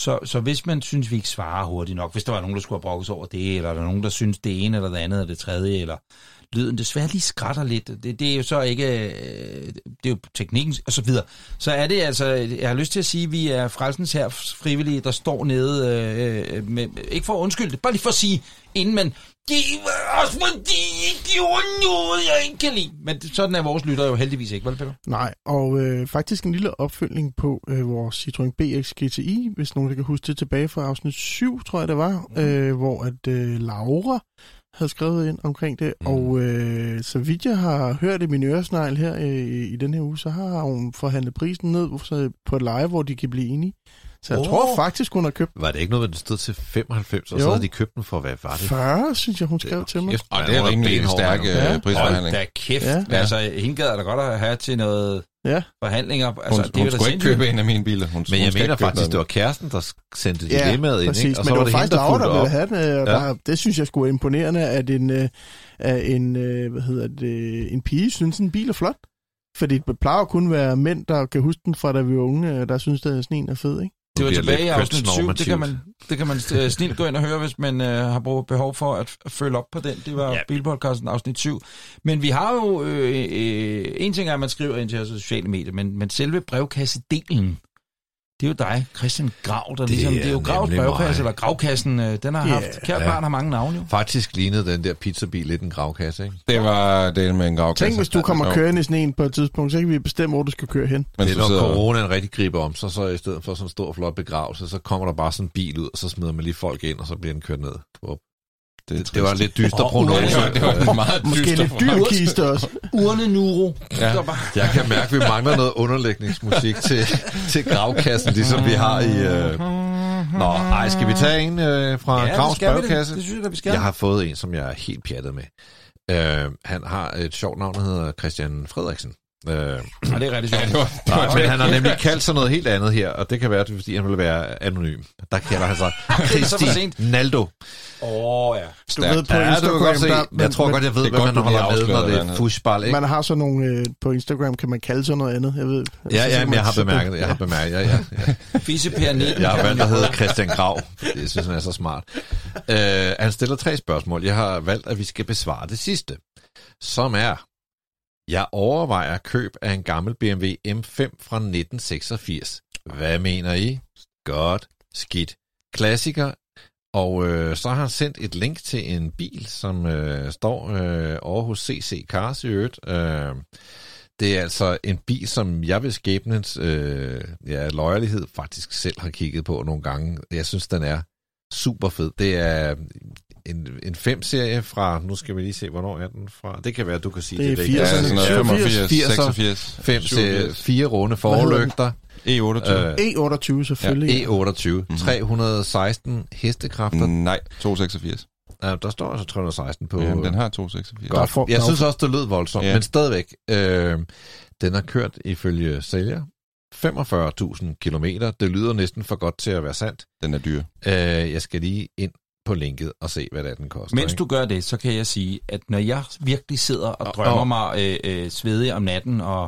Så, så hvis man synes, vi ikke svarer hurtigt nok, hvis der var nogen, der skulle have brokket sig over det, eller der er nogen, der synes det ene, eller det andet, eller det tredje, eller lyden desværre lige skrætter lidt, det, det er jo så ikke, det er jo teknikken, og så videre. Så er det altså, jeg har lyst til at sige, at vi er Frelsens Hær frivillige, der står nede, øh, med, ikke for at undskylde det, bare lige for at sige, inden man, det var også fordi, I gjorde noget, jeg ikke kan lide. Men sådan er vores lytter jo heldigvis ikke, vel, Peter? Nej, og øh, faktisk en lille opfølgning på øh, vores Citroën B X G T I, hvis nogen kan huske det tilbage fra afsnit syv, tror jeg det var, mm. øh, hvor at øh, Laura havde skrevet ind omkring det, mm. og øh, så vidt jeg har hørt i min øresnegl her øh, i den her uge, så har hun forhandlet prisen ned så på et leje, hvor de kan blive enige. Så jeg oh. tror faktisk, hun har købt... Var det ikke noget, der stod til femoghalvfems, og jo. Så havde de købt den for, hvad var det? fyrre, synes jeg, hun skrev det, til mig. Kæft, og det er rimelig stærk ja. prisforhandling. Hold da kæft. Ja. Altså, hende gad der godt at have til noget ja. forhandlinger. Altså, hun det hun skulle ikke købe en af mine biler. Hun, Men jeg hun mener faktisk, det var kæresten, der sendte ja, dilemmaet ind, ikke? Og så men var det, det var faktisk Laura, der ville have den. Ja. Bare, det synes jeg skulle imponerende, at en, at en, hvad hedder det, en pige synes, en bil er flot. Fordi det plejer kun at være mænd, der kan huske den fra, da vi var unge, der synes, at sådan en er fed, ikke? Det var tilbage i afsnit syv, det kan man, det kan man snilt gå ind og høre, hvis man uh, har brugt behov for at følge op på den. Det var ja. Bilpodcasten afsnit syv. Men vi har jo, øh, øh, en ting er, at man skriver ind til os sociale medier, men, men selve brevkassedelen, det er jo dig, Christian Grav, der det ligesom, det er jo Gravs brevkasse, eller Gravkassen, øh, den har haft, yeah. kært barn ja. har mange navne jo. Faktisk lignede den der pizzabil lidt en gravkasse, ikke? Det var del med en gravkasse. Tænk, hvis du kommer kørende i sådan en på et tidspunkt, så kan vi bestemme, hvor du skal køre hen. Men det er, når coronaen rigtig griber om, så, så i stedet for sådan en stor flot begravelse, så kommer der bare sådan en bil ud, og så smider man lige folk ind, og så bliver den kørt ned. Op. Det, det, det var lidt dyster oh, prognose. Det var meget Måske dyster lidt dyr kiste også. Urne Nuro. Ja. Jeg kan mærke, at vi mangler noget underlægningsmusik til, til gravkassen, ligesom vi har i... Øh... Nå, ej, skal vi tage en øh, fra ja, Gravs brevkasse? Det. det synes jeg, vi skal. Jeg har fået en, som jeg er helt pjattet med. Øh, han har et sjovt navn, der hedder Christian Frederiksen. Øh, ja, det er rigtig sjovt. Nej, men han har nemlig kaldt sig noget helt andet her, og det kan være, fordi han vil være anonym. Der kalder han sig Christian Naldo. Åh, oh, ja. Du ved på ja, Instagram, godt se, der, men, jeg tror godt, jeg ved, hvad man holder med, når det er fushball, ikke? Man har sådan nogle, øh, på Instagram kan man kalde sådan noget andet, jeg ved. Ja, ja, men jeg har bemærket det, jeg har bemærket, ja, ja. ja. Fisepæren. Jeg har valgt, der hedder Christian Grav. Det synes han er så smart. Uh, han stiller tre spørgsmål. Jeg har valgt, at vi skal besvare det sidste, som er, jeg overvejer køb af en gammel B M W M fem fra nitten seksogfirs. Hvad mener I? Godt, skidt. Klassiker. Og øh, så har han sendt et link til en bil, som øh, står øh, over hos C C Cars i øvrigt. Øh, det er altså en bil, som jeg ved skæbnens øh, ja, loyalitet faktisk selv har kigget på nogle gange. Jeg synes, den er super fed. Det er en, en fem-serie fra, nu skal vi lige se, hvornår er den fra. Det kan være, du kan sige det. Det er femogfirs, seksogfirs. Fem serie, fire runde forlygter. E otteogtyve. E otteogtyve selvfølgelig. Ja, E otteogtyve. Mm-hmm. tre hundrede og seksten hestekræfter. Nej, to hundrede og seksogfirs. Ja, der står altså tre hundrede og seksten på. Ja, den har to hundrede og seksogfirs. Godt. For, jeg synes også, det lød voldsomt, ja. Men stadigvæk. Øh, den har kørt ifølge sælger femogfyrre tusind kilometer. Det lyder næsten for godt til at være sandt. Den er dyr. Øh, jeg skal lige ind på linket og se, hvad det er, den koster. Mens ikke? du gør det, så kan jeg sige, at når jeg virkelig sidder og drømmer oh, oh. mig øh, øh, svedig om natten og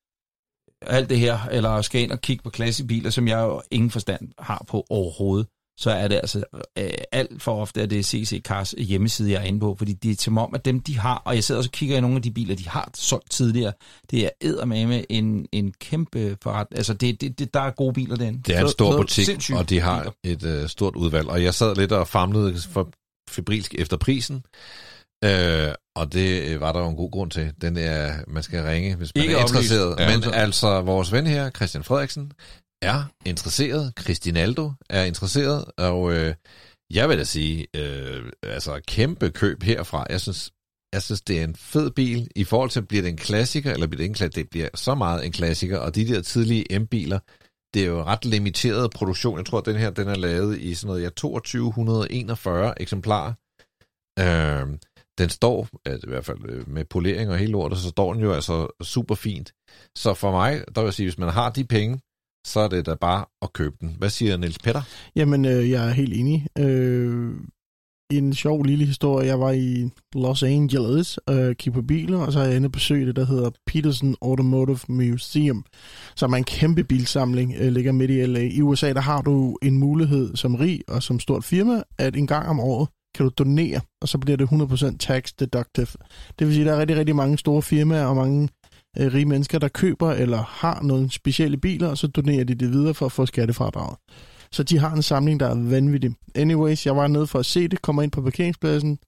alt det her, eller skal ind og kigge på klassebiler, som jeg jo ingen forstand har på overhovedet, så er det altså øh, alt for ofte, at det er C C Cars hjemmeside, jeg er inde på, fordi det er som om, at dem, de har, og jeg sidder også og kigger i nogle af de biler, de har solgt tidligere, det er eddermame en, en kæmpe forret. Altså, det, det, det, der er gode biler derinde. Det er en stor så, butik, og de har biler. et uh, stort udvalg, og jeg sad lidt og famlede for febrilsk efter prisen, Øh, og det var der jo en god grund til. Den er, man skal ringe, hvis man ikke er interesseret. Ja, men så. Altså, vores ven her, Christian Frederiksen, er interesseret. Christinaldo er interesseret. Og øh, jeg vil da sige, øh, altså kæmpe køb herfra. Jeg synes, jeg synes, det er en fed bil. I forhold til, bliver det en klassiker, eller bliver det en klassiker? Det bliver så meget en klassiker. Og de der tidlige M-biler, det er jo ret limiteret produktion. Jeg tror, at den her, den er lavet i sådan noget, ja, to tusind to hundrede og enogfyrre eksemplarer. Øh, Den står, i hvert fald med polering og hele lortet, så står den jo altså super fint. Så for mig, der vil jeg sige, hvis man har de penge, så er det da bare at købe den. Hvad siger Niels Petter? Jamen, øh, jeg er helt enig. Øh, en sjov lille historie. Jeg var i Los Angeles og øh, kiggede på biler, og så har jeg inde besøgt det, der hedder Peterson Automotive Museum, som er en kæmpe bilsamling, øh, ligger midt i L A. I U S A, der har du en mulighed som rig og som stort firma, at en gang om året kan du donere, og så bliver det hundrede procent tax deductive. Det vil sige, at der er rigtig, rigtig mange store firmaer og mange øh, rige mennesker, der køber eller har nogle specielle biler, og så donerer de det videre for at få skattefradraget. Så de har en samling, der er vanvittig. Anyways, jeg var nede for at se det, kommer ind på parkeringspladsen.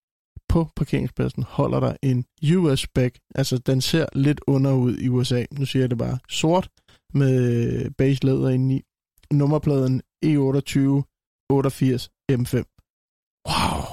På parkeringspladsen holder der en U S-spec, altså den ser lidt under ud i U S A. Nu siger jeg det bare sort med beige læder inde i. Nummerpladen E otteogtyve otteogfirs M fem. Wow!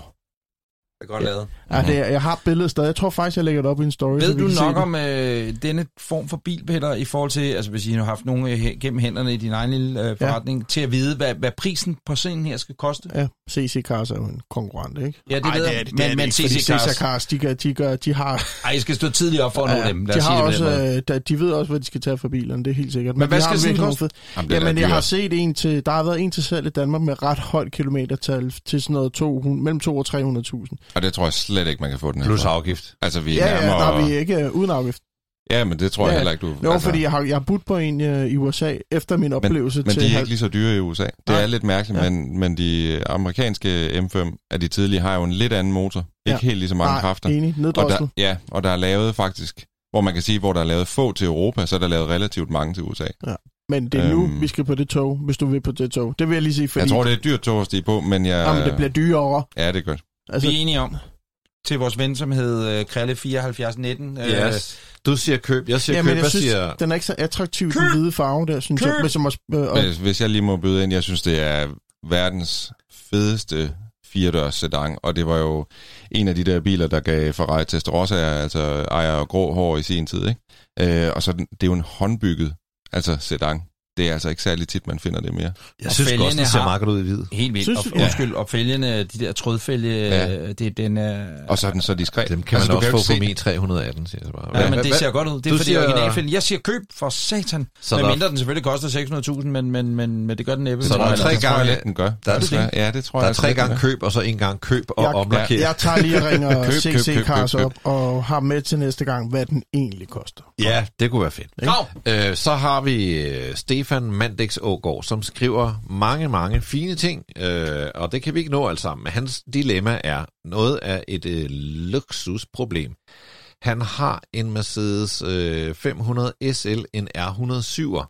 Det er godt lavet. Ja, det er, jeg har billedet stadig. Jeg tror faktisk, jeg lægger det op i en story. Ved du nok om øh, denne form for bil, Peter, i forhold til, altså hvis I har haft nogen øh, gennem hænderne i din egen lille øh, forretning, ja. til at vide, hvad, hvad prisen på scenen her skal koste? Ja, C C Cars er jo en konkurrent, ikke? Ja, det ved jeg. Det, men, men C C Cars, Cars de, gør, de, gør, de har... Ej, I skal stå tidligt op for at nå ja, dem. De, har også, øh, de ved også, hvad de skal tage for bilerne, det er helt sikkert. Men, men hvad skal sådan koste? Jamen, jeg har set en til... Der har været en til salg i Danmark med ret højt kilometertal til sådan noget to hundrede, mellem to og tre hundrede tusind. Og det tror jeg slet ikke, man kan få den her. Plus afgift. Altså, vi ja, nærmere... ja, der er vi ikke uh, uden afgift. Ja, men det tror jeg ja, heller ikke, du... Jo, altså... fordi jeg har, jeg har budt på en uh, i U S A efter min oplevelse. Men, men til... de er ikke lige så dyre i U S A. Det Nej. er lidt mærkeligt, ja. men, men de amerikanske M fem af de tidlige har jo en lidt anden motor. Ja. Ikke helt lige så mange Nej, kræfter. Enig, og der, ja, og der er lavet faktisk... Hvor man kan sige, hvor der er lavet få til Europa, så er der lavet relativt mange til U S A. Ja. Men det er nu, øhm, vi skal på det tog, hvis du vil på det tog. Det vil jeg lige sige, fordi... Jeg tror, det er et dyrt tog at stige på, men jeg... Jamen, det bliver dyrere. Ja, det er godt. Altså... Vi er enige om, til vores ven, som hed uh, Krille fireoghalvfjerds nitten. Yes. Du siger køb, jeg siger ja, køb, jeg hvad synes, siger... den er ikke så attraktiv, den hvide farve der, synes køb. jeg. Hvis jeg, må, øh, og... hvis, hvis jeg lige må byde ind, jeg synes, det er verdens fedeste firedørs sedan, og det var jo en af de der biler, der gav Ferrari Testarossa, altså ejer grå hår i sin tid, ikke? Øh, og så det er jo en håndbygget, altså sedan. Det er altså ikke særlig tit, man finder det mere. Jeg og synes godt, det ser meget godt ud i hvid. Helt vildt. Synes, og, ja. Undskyld, og fælgene, de der trådfælge, ja. det, den er... Og så er den så diskret. Dem kan altså, man også få på min tre hundrede atten, siger jeg så bare. Ja, ja men det ser godt ud. Det er du fordi siger... originalfælge. Jeg siger køb for satan. Hvad mindre den selvfølgelig koster seks hundrede tusind, men, men, men, men det gør den næppe. Så der er tre gange lidt, den gør. Der er, det, det. Ja, det tror der jeg. er tre gange køb, og så en gang køb og jeg, ommarkere. Jeg tager lige og ringer C C Cars op og har med til næste gang, hvad den egentlig koster. Ja, det kunne være fedt. Så har vi Stefan Mandix Ågaard, som skriver mange, mange fine ting, øh, og det kan vi ikke nå alt sammen. Men hans dilemma er noget af et øh, luksusproblem. Han har en Mercedes øh, fem hundrede S L, en R et hundrede syv.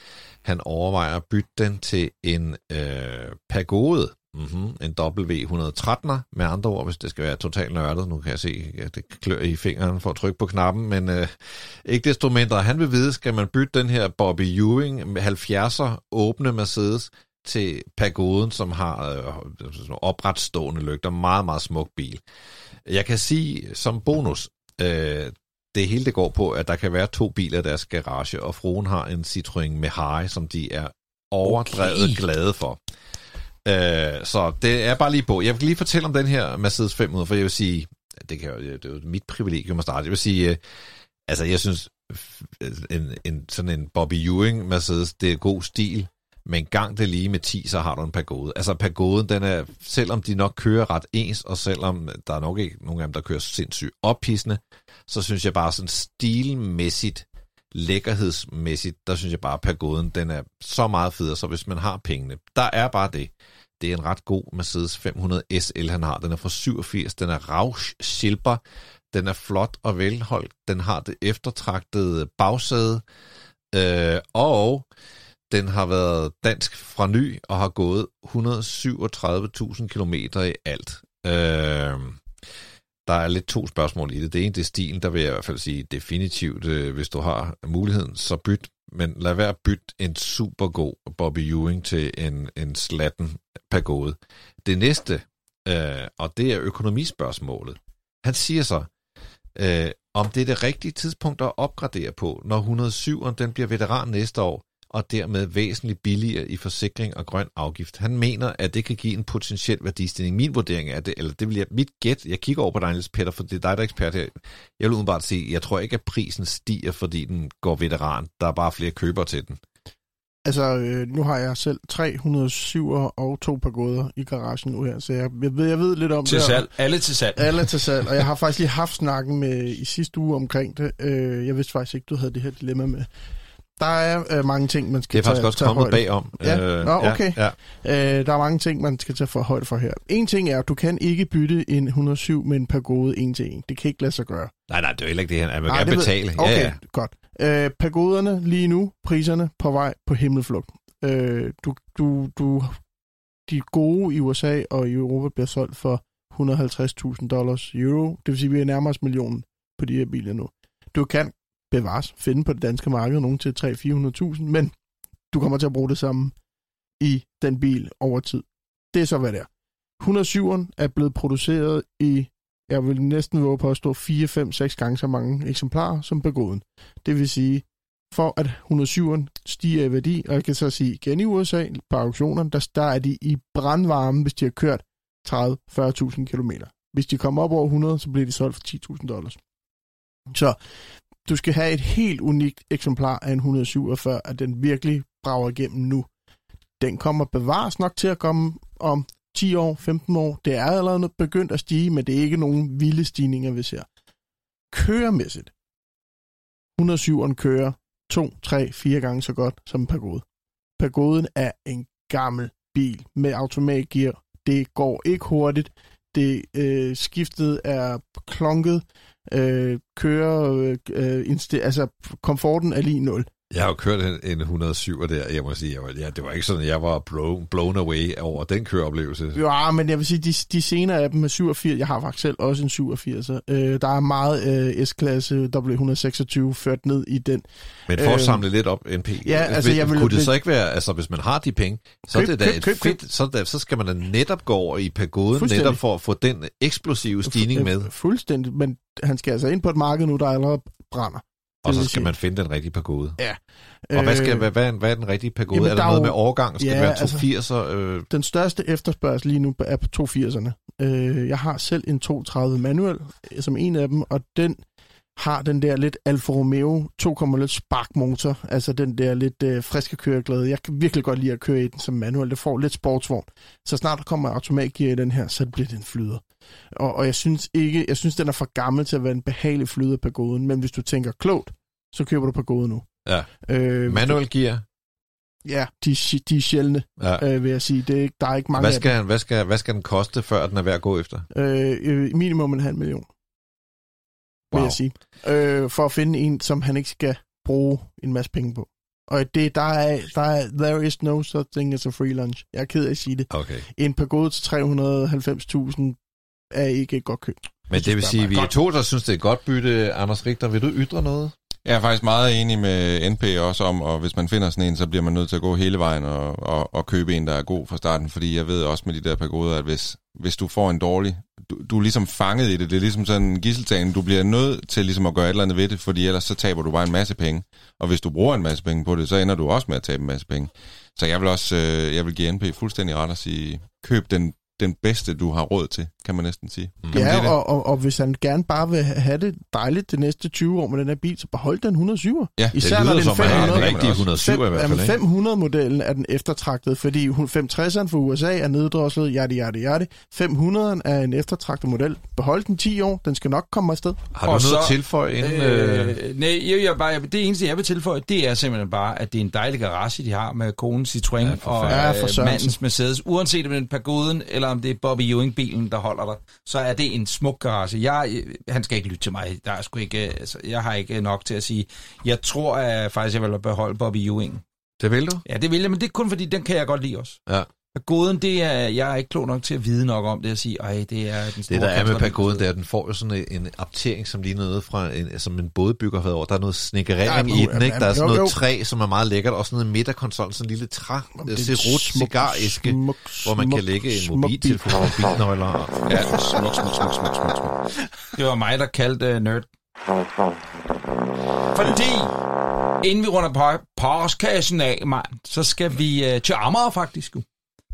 Han overvejer at bytte den til en øh, Pagode, mm-hmm, en W et hundrede tretten, med andre ord, hvis det skal være totalt nørdet. Nu kan jeg se, at det klør i fingeren for at trykke på knappen, men øh, ikke desto mindre. Han vil vide, skal man bytte den her Bobby Ewing halvfjerdser åbne Mercedes til Pagoden, som har øh, opretstående lygter. Meget, meget smuk bil. Jeg kan sige som bonus, øh, det hele det går på, at der kan være to biler i deres garage, og fruen har en Citroën Mehari, som de er overdrevet okay. glade for. Uh, så det er bare lige på. Jeg vil lige fortælle om den her Mercedes fem hundrede, for jeg vil sige, det, kan, det er jo mit privilegium at starte. Jeg vil sige, uh, altså jeg synes, en, en, sådan en Bobby Ewing Mercedes, det er god stil, men gang det lige med ti, så har du en Pagode. Altså Pagoden, den er, selvom de nok kører ret ens, og selvom der er nok ikke nogen af dem, der kører sindssygt ophidsende, så synes jeg bare sådan stilmæssigt, lækkerhedsmæssigt, der synes jeg bare, at Pagoden, den er så meget federe, så hvis man har pengene, der er bare det. Det er en ret god Mercedes fem hundrede S L, han har. Den er fra syvogfirs, den er Rausch Silber, den er flot og velholdt, den har det eftertragtede bagsæde, øh, og den har været dansk fra ny, og har gået et hundrede og syvogtredive tusind kilometer i alt. Øh, Der er lidt to spørgsmål i det. Det ene, det er stilen, der vil jeg i hvert fald sige definitivt, øh, hvis du har muligheden, så byt. Men lad være at bytte en super god Bobby Ewing til en, en slatten Pagode. Det næste, øh, og det er økonomispørgsmålet. Han siger så, øh, om det er det rigtige tidspunkt at opgradere på, når et hundrede og syv den bliver veteran næste år, og dermed væsentligt billigere i forsikring og grøn afgift. Han mener, at det kan give en potentiel værdistigning. Min vurdering er det, eller det vil jeg, mit gæt, jeg kigger over på dig, Niels Peter, for det er dig, der er ekspert her. Jeg vil udenbart sige, jeg tror ikke, at prisen stiger, fordi den går veteran. Der er bare flere købere til den. Altså, øh, nu har jeg selv tre hundrede og syv og to pagoder i garagen nu her, så jeg, jeg, ved, jeg ved lidt om til det. Til salg. Alle til salg. Alle til salg, og jeg har faktisk lige haft snakken med i sidste uge omkring det. Øh, jeg vidste faktisk ikke, du havde det her dilemma med. Der er øh, mange ting, man skal tage Det er faktisk tage, også kommet bagom. Ja, øh, Nå, okay. Ja, ja. Øh, der er mange ting, man skal tage for højde for her. En ting er, at du kan ikke bytte en et hundrede og syv med en pagode en til en. Det kan ikke lade sig gøre. Nej, nej, det er jo heller ikke det her. Jeg vil Nej, gerne det betale. Ved... Okay, ja, ja. godt. Øh, pagoderne lige nu, priserne på vej på himmelflugt. Øh, du, du, du, de gode i U S A og i Europa bliver solgt for et hundrede og halvtreds tusind dollars euro. Det vil sige, at vi er nærmere millionen på de her biler nu. Du kan bevares, finde på det danske marked nogen til tre hundrede til fire hundrede tusind, men du kommer til at bruge det samme i den bil over tid. Det er så, hvad det er. et hundrede og syveren er blevet produceret i, jeg vil næsten våge på at stå fire, fem, seks gange så mange eksemplarer som pagoden. Det vil sige, for at et hundrede og syveren stiger i værdi, og jeg kan så sige igen i U S A, på auktionerne, der, der er de i brandvarme, hvis de har kørt tredive til fyrre tusind kilometer. Hvis de kommer op over hundrede, så bliver de solgt for ti tusind dollars. Så du skal have et helt unikt eksemplar af en et hundrede og syv, før at den virkelig brager igennem nu. Den kommer bevares nok til at komme om ti år, femten år. Det er allerede begyndt at stige, men det er ikke nogen vilde stigninger, vi ser. Køremæssigt. et hundrede og syveren kører to, tre, fire gange så godt som en pagode. Pagoden er en gammel bil med automatgear. Det går ikke hurtigt. Det øh, skiftet er klonket. Øh, kører, øh, insti- altså komforten er lige nul. Jeg har jo kørt en, en et hundrede og syv der, jeg må sige, jeg var, ja, det var ikke sådan, at jeg var blown, blown away over den køreoplevelse. Ja, men jeg vil sige, de, de senere af dem med syvogfirs, jeg har faktisk selv også en syvogfirs. Øh, der er meget øh, S-klasse W et hundrede og seksogtyve ført ned i den. Men for at øh, samle lidt op, N P, ja, altså, jeg vil, kunne det vil, så ikke være, altså hvis man har de penge, så køb, er det da køb, et køb, fedt, køb. så, der, så skal man da netop gå over i pagoden, netop for at få den eksplosive stigning med. Fuldstændig, men han skal altså ind på et marked nu, der allerede brænder. Og så skal man finde den rigtige pagode. Ja. Og hvad, skal, hvad, hvad, er, hvad er den rigtige pagode? Jamen, er der, der noget jo, med årgang? Skal ja, det være to firser? Øh... Den største efterspørgsel lige nu er på to firserne. Øh, jeg har selv en to tredive manuel som en af dem, og den har den der lidt Alfa Romeo to komma nul sparkmotor, altså den der lidt øh, friske køreglæde. Jeg kan virkelig godt lide at køre i den som manuel. Det får lidt sportsvogn. Så snart der kommer automatgear i den her, så bliver det en flyder. Og, og jeg synes ikke, jeg synes den er for gammel til at være en behagelig flyder på pagoden, men hvis du tænker klogt, så køber du pagoden nu. Ja. Øh, manuel gear? Ja, de, de er sjældne, ja. øh, vil jeg sige. Det er ikke, der er ikke mange hvad skal, af dem. Hvad skal, hvad skal den koste, før den er værd at gå efter? Øh, minimum en halv million, wow. vil jeg sige. Øh, for at finde en, som han ikke skal bruge en masse penge på. Og det, der er, der er, there is no such thing as a free lunch. Jeg er ked af at sige det. Okay. En pagode til tre hundrede og halvfems tusind er ikke et godt køb. Men det vil sige, at vi er to, der synes, det er et godt bytte. Anders Richter, vil du ytre noget? Jeg er faktisk meget enig med N P også om, og hvis man finder sådan en, så bliver man nødt til at gå hele vejen og, og, og købe en, der er god fra starten, fordi jeg ved også med de der pagoder, at hvis, hvis du får en dårlig, du, du er ligesom fanget i det, det er ligesom sådan en gidseltagen, du bliver nødt til ligesom at gøre et eller andet ved det, fordi ellers så taber du bare en masse penge, og hvis du bruger en masse penge på det, så ender du også med at tabe en masse penge. Så jeg vil også, øh, jeg vil give N P fuldstændig ret at sige, køb den den bedste, du har råd til, kan man næsten sige. Mm. Ja, og, og, og hvis han gerne bare vil have det dejligt de næste tyve år med den her bil, så behold den et hundrede og syv. Ja, især det når lyder den som en rigtig et hundrede og syv i hvert fald. fem hundrede-modellen er den eftertragtet, fordi fem tresseren for U S A er neddroslet, yadi, yadi, yadi. fem hundreden er en eftertragtet model. Behold den ti år, den skal nok komme afsted. Har du og noget så, at tilføje inden? Øh, nej, jeg, jeg bare, det eneste, jeg vil tilføje, det er simpelthen bare, at det er en dejlig garage, de har med konen Citroën ja, og ja, øh, mandens Mercedes. Uanset om det er en pagoden, eller om det er Bobby Ewing-bilen, der holder der, så er det en smuk garage. Jeg, han skal ikke lytte til mig. Der er sgu ikke, altså, jeg har ikke nok til at sige. Jeg tror at faktisk, jeg vil beholde Bobby Ewing. Det vil du? Ja, det vil jeg, men det er kun fordi, den kan jeg godt lide også. Ja. Pagoden, det er, jeg er ikke klog nok til at vide nok om det, at sige, ej, det er den store... Det, der er med pagoden, det er, den får jo sådan en aptering, som lige noget fra, en, som en bådbygger har over. Der er noget snikkerering ja, i den, ikke? Der er sådan noget jo, jo. træ, som er meget lækkert, og sådan noget midterkonsol, sådan en lille træ, serut cigaræske, hvor man kan lægge en mobiltelefon og bilnøgler. Ja, smuk, smuk, smuk, smuk, smuk, smuk. Det var mig, der kaldte uh, nerd. Fordi... Inden vi runder postkassen af, man, så skal vi uh, til Amager faktisk.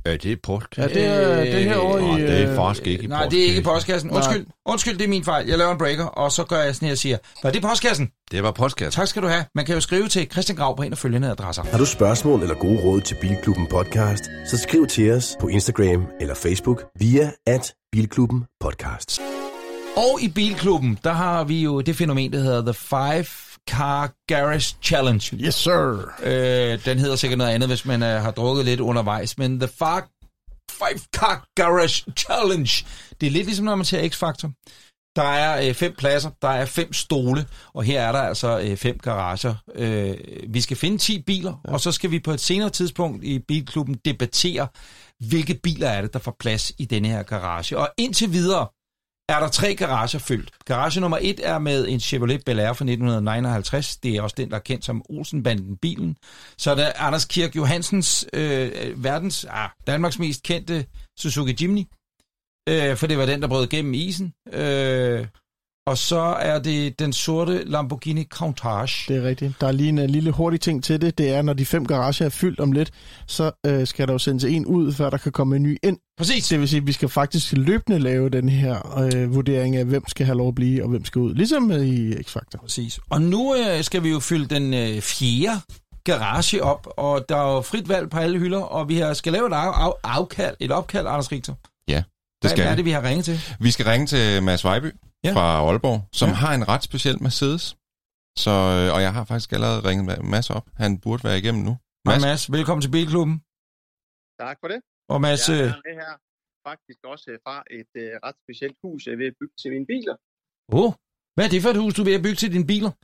Ja, det er podcast. Ja, det er, det er herovre Nå, i... det er øh, faktisk ikke i Nej, det er ikke i postkassen. Nej. Undskyld, undskyld, det er min fejl. Jeg laver en breaker, og så gør jeg sådan her og siger, var det postkassen? Det var podcast. Tak skal du have. Man kan jo skrive til Christian Grav på en af følgende adresser. Har du spørgsmål eller gode råd til Bilklubben Podcast, så skriv til os på Instagram eller Facebook via at Bilklubben Podcast. Og i Bilklubben, der har vi jo det fænomen, der hedder The Five Car Garage Challenge. Yes, sir. Øh, den hedder sikkert noget andet, hvis man uh, har drukket lidt undervejs, men The Five, Five Car Garage Challenge. Det er lidt ligesom, når man ser X-Factor. Der er øh, fem pladser, der er fem stole, og her er der altså øh, fem garager. Øh, vi skal finde ti biler, ja. Og så skal vi på et senere tidspunkt i Bilklubben debattere, hvilke biler er det, der får plads i denne her garage. Og indtil videre er der tre garager fyldt. Garage nummer et er med en Chevrolet Bel Air fra nitten nioghalvtreds. Det er også den, der er kendt som Olsenbanden-bilen. Så er der Anders Kirk Johansens, øh, verdens, ah, Danmarks mest kendte Suzuki Jimny. Øh, for det var den, der brød gennem isen. Øh, og så er det den sorte Lamborghini Countach. Det er rigtigt. Der er lige en, en lille hurtig ting til det. Det er, når de fem garager er fyldt om lidt, så øh, skal der jo sendes en ud, før der kan komme en ny ind. Præcis. Det vil sige, at vi skal faktisk løbende lave den her øh, vurdering af, hvem skal have lov at blive, og hvem skal ud. Ligesom i X-Factor. Præcis. Og nu øh, skal vi jo fylde den øh, fjerde garage op, og der er jo frit valg på alle hylder, og vi har, skal lave et, af, af, afkald, et opkald, Anders Richter. Ja, det skal Hvad er vi. det, vi har ringet til? Vi skal ringe til Mads Vejby Ja. fra Aalborg, som Ja. har en ret speciel Mercedes. Så, øh, og jeg har faktisk allerede ringet Mads op. Han burde være igennem nu. Hej Mads, Mads, velkommen til Bilklubben. Tak for det. Og Mads, Jeg øh, er det her faktisk også fra et øh, ret specielt hus, jeg er ved at bygge til mine biler. oh, hvad er det for et hus, du er ved at bygge til dine biler?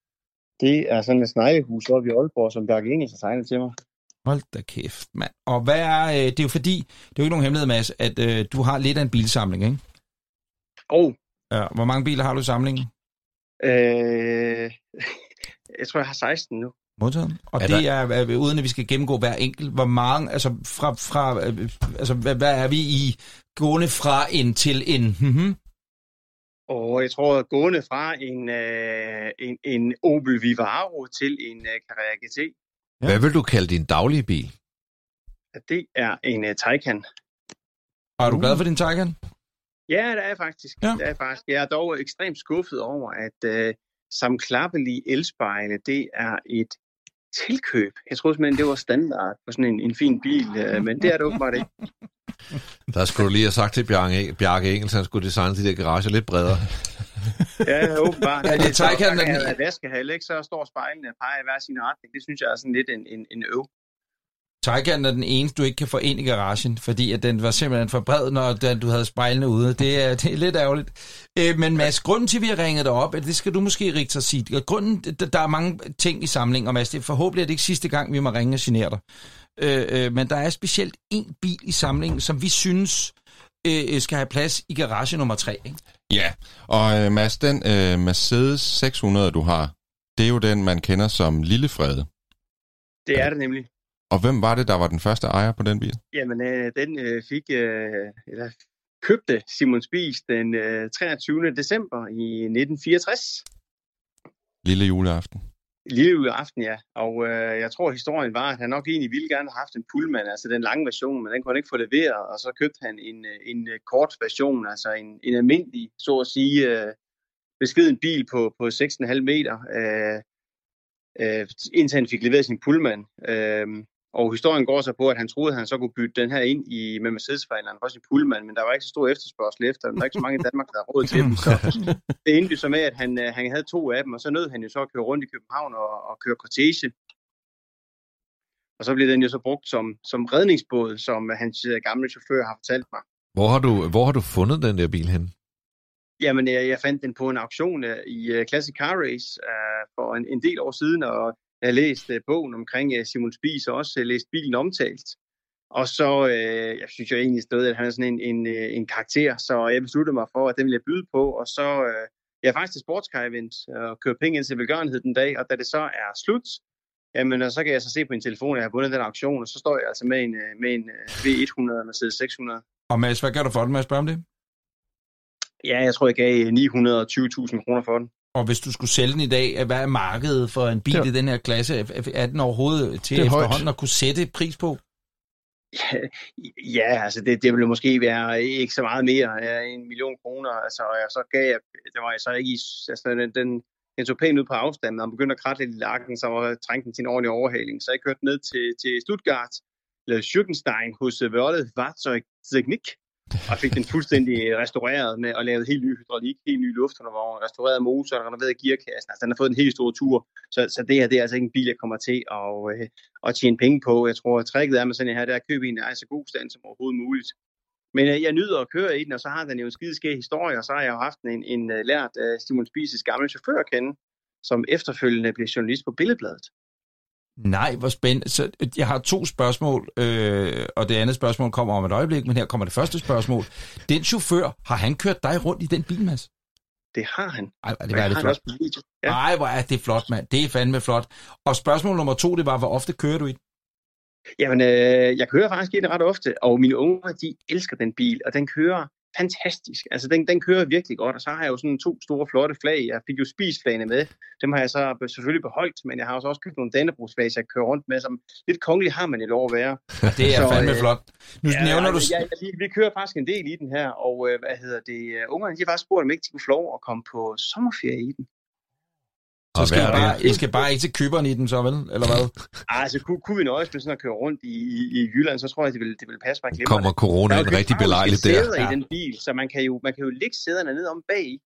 Det er sådan et sneglehus oppe i Aalborg, som Bjarke Engels har tegnet til mig. Hold da kæft, mand. Og hvad er, øh, det er jo fordi, det er jo ikke nogen hemmelighed, Mads, at øh, du har lidt af en bilsamling, ikke? Og Ja, hvor mange biler har du i samlingen? øh, jeg tror, jeg har seksten nu. Modtaget. Og Er det der... er, øh, uden at vi skal gennemgå hver enkelt, hvor mange, altså, fra, fra, øh, altså hvad, hvad er vi i gående fra en til en? Mm-hmm. Og jeg tror, gående fra en, øh, en, en Opel Vivaro til en øh, Carrera G T, Ja. Hvad vil du kalde din daglige bil? det er en øh, Taycan. Og er du glad for din Taycan? Ja, det er jeg faktisk. Ja. Det er jeg faktisk. Jeg er dog ekstremt skuffet over, at øh, sammenklappelige elspejle, det er et tilkøb. Jeg troede simpelthen, det var standard på sådan en, en fin bil, øh, men det er det åbenbart ikke. Der skulle du lige have sagt til Bjarke, Bjarke Engels, han skulle designe de der garager lidt bredere. Ja, åbenbart. Ja, det er Taycan, der den- er vaskehal, ikke? Så står spejlene og peger i hver sin retning. Det synes jeg er sådan lidt en, en, en øv. Taycan er den eneste, du ikke kan få ind i garagen, fordi at den var simpelthen for bred, når den, du havde spejlene ude. Det er, det er lidt ærgerligt. Øh, men Mads, grunden til, at vi har ringet dig op, det skal du måske rigtig sige. Grunden, der er mange ting i samlingen, og Mads, det er forhåbentlig er det ikke sidste gang, vi må ringe og genere dig. Øh, øh, men der er specielt en bil i samlingen, som vi synes øh, skal have plads i garage nummer tre. Ikke? Ja, og øh, Mads, den øh, Mercedes seks hundrede, du har, det er jo den, man kender som Lille Frede. Det er det nemlig. Og hvem var det, der var den første ejer på den bil? Jamen, øh, den øh, fik, øh, eller købte Simon Spies den øh, treogtyvende december i nitten fireogtres. Lille juleaften. Lille juleaften, ja. Og øh, jeg tror, historien var, at han nok egentlig ville gerne have haft en Pullman, altså den lange version, men den kunne han ikke få leveret, og så købte han en, øh, en øh, kort version, altså en, en almindelig, så at sige, øh, beskeden bil på, på seks komma fem meter, øh, øh, indtil han fik leveret sin Pullman. Øh, og historien går så på, at han troede, at han så kunne bytte den her ind i, med Mercedes-forhandleren for sin Pullman, men der var ikke så stor efterspørgsel efter, der var ikke så mange i Danmark, der havde råd til dem. Så det endte jo så med, at han, han havde to af dem, og så nød han jo så at køre rundt i København og, og køre cortege. Og så blev den jo så brugt som, som redningsbåd, som hans gamle chauffør har fortalt mig. Hvor har du, hvor har du fundet den der bil hen? Jamen, jeg, jeg fandt den på en auktion uh, i uh, Classic Car Race uh, for en, en del år siden, og jeg har læst uh, bogen omkring uh, Simon Spies, og også uh, læst bilen omtalt. Og så, uh, jeg synes jo egentlig stadig, at han er sådan en, en, uh, en karakter, så jeg besluttede mig for, at den ville jeg byde på, og så, uh, jeg er faktisk til sportscar-event og kører penge ind til velgørenhed den dag, og da det så er slut, jamen, og så kan jeg så se på en telefon, at jeg har bundet den auktion, og så står jeg altså med en, med en V hundrede Mercedes seks hundrede. Og Mads, hvad gør du for den, med at spørge om det? Ja, jeg tror, jeg gav ni hundrede og tyve tusind kroner for den. Og hvis du skulle sælge den i dag, hvad er markedet for en bil Ja. i den her klasse? Er den overhovedet til Det er efterhånden højt. at kunne sætte pris på? Ja, ja altså det, det ville måske være ikke så meget mere ja, en million kroner. Altså, og så gav jeg, det var jeg så ikke i, altså den, den, den tog pænt ud på afstanden, og begyndte at kratte lidt i lakken, så var trængte den til en ordentlig overhaling. Så jeg kørte ned til, til Stuttgart, eller Schürgenstein hos Wörle Fahrzeugtechnik, og fik den fuldstændig restaureret med og lavet helt ny hydraulik, helt ny luftundervogn, restaureret motor, renoveret gearkassen. Altså den har fået en helt stor tur, så, så det her det er altså ikke en bil, jeg kommer til at, øh, at tjene penge på. Jeg tror, at tricket er med sådan en her, det er at købe en, der er så god stand som overhovedet muligt. Men øh, jeg nyder at køre i den, og så har den jo en skideskæg historie, og så har jeg jo haft en, en uh, lært uh, Simon Spies' gamle chauffør at kende, som efterfølgende blev journalist på Billedbladet. Nej, hvor spændende. Så jeg har to spørgsmål, øh, og det andet spørgsmål kommer om et øjeblik, men her kommer det første spørgsmål. Den chauffør, har han kørt dig rundt i den bil, Mads? Det har han. Ej, det var det flot. Ja. Ej, hvor er det flot, mand. Det er fandme flot. Og spørgsmål nummer to, det var, hvor ofte kører du i den? Jamen, øh, jeg kører faktisk i den ret ofte, og mine unger, de elsker den bil, og den kører fantastisk. Altså, den, den kører virkelig godt, og så har jeg jo sådan to store, flotte flag. Jeg fik jo Spies-flagene med. Dem har jeg så selvfølgelig beholdt, men jeg har også købt nogle Dannebrogs-flag, jeg kører rundt med, som lidt kongelig har man i lov at være. Det er så, fandme øh, flot. Nu ja, nævner altså, du... Jeg, jeg, vi kører faktisk en del i den her, og øh, hvad hedder det? Ungerne, de har faktisk spurgt, om ikke de kunne få lov at komme på sommerferie i den. Så skal I, bare, I skal bare ikke til Køberen i den, så vel? Eller hvad? Altså, kunne, kunne vi nøjes med sådan at køre rundt i, i, i Jylland, så tror jeg, det ville, det ville passe mig glimrende. Kommer corona en rigtig belejligt der. Der er i den bil, så man kan jo, man kan jo lægge sæderne ned om bag i.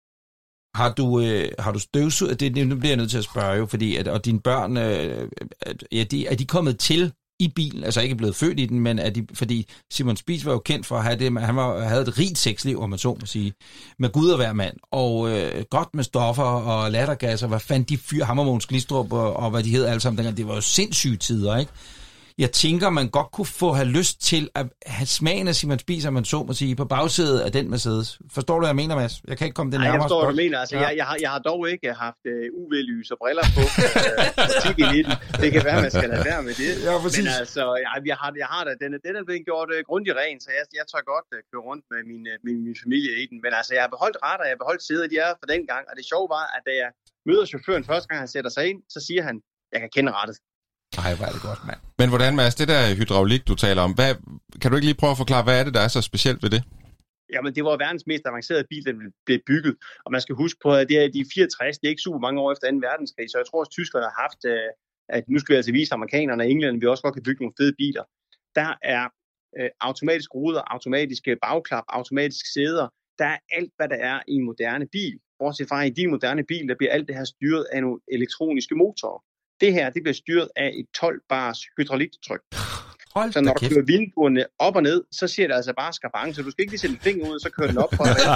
Har du, øh, har du støvsuget? Det, det bliver jeg nødt til at spørge jo, fordi at, og dine børn, øh, er, de, er de kommet til i bilen, altså ikke blevet født i den, men er de, fordi Simon Spies var jo kendt for at have det, han var, havde et rigt sexliv, om man så må sige, med Gud og hver mand, og øh, godt med stoffer og lattergasser, hvad fanden de fyr, ham og Mogens Glistrup og, og hvad de hed alle sammen dengang, det var jo sindssyge tider, ikke? Jeg tænker, man godt kunne få have lyst til at have smagen af Simon Spies, om man så må sige, på bagsædet af den Mercedes. Forstår du, hvad jeg mener, Mads? Jeg kan ikke komme det nærmere. Nej, jeg forstår, hvad du mener. Altså, ja. jeg, jeg, har, jeg har dog ikke haft uh, U V-lys og briller på uh, i nitten. Det kan være, man skal lade være med det. Ja, præcis. Men altså, jeg, jeg har, jeg har da, den, den er blevet gjort uh, grundigt ren, så jeg, jeg tør godt uh, køre rundt med min, uh, min, min familie i den. Men altså, jeg har beholdt retter, jeg har beholdt sæder, de er fra den gang. Og det sjove var, at da jeg møder chaufføren første gang, han sætter sig ind, så siger han, jeg kan kende rettet. Ej, hvor er det godt, mand. Men hvordan, Mads, det der hydraulik, du taler om, hvad, kan du ikke lige prøve at forklare, hvad er det, der er så specielt ved det? Jamen, det var verdens mest avancerede bil, der blev bygget. Og man skal huske på, at det er de fireogtres, det er ikke super mange år efter anden verdenskrig, så jeg tror også, at tyskerne har haft, at nu skal vi altså vise amerikanerne og englænderne, vi også godt kan bygge nogle fede biler. Der er øh, automatiske ruder, automatiske bagklap, automatiske sæder. Der er alt, hvad der er i en moderne bil. Bortset fra i din moderne bil, der bliver alt det her styret af nogle elektroniske motorer. Det her, det bliver styret af et tolv bars hydrauliktryk. Hold så når du kører vinduerne op og ned, så siger det altså bare skabang, så du skal ikke lige sætte en finger ud, så kører den op for dig.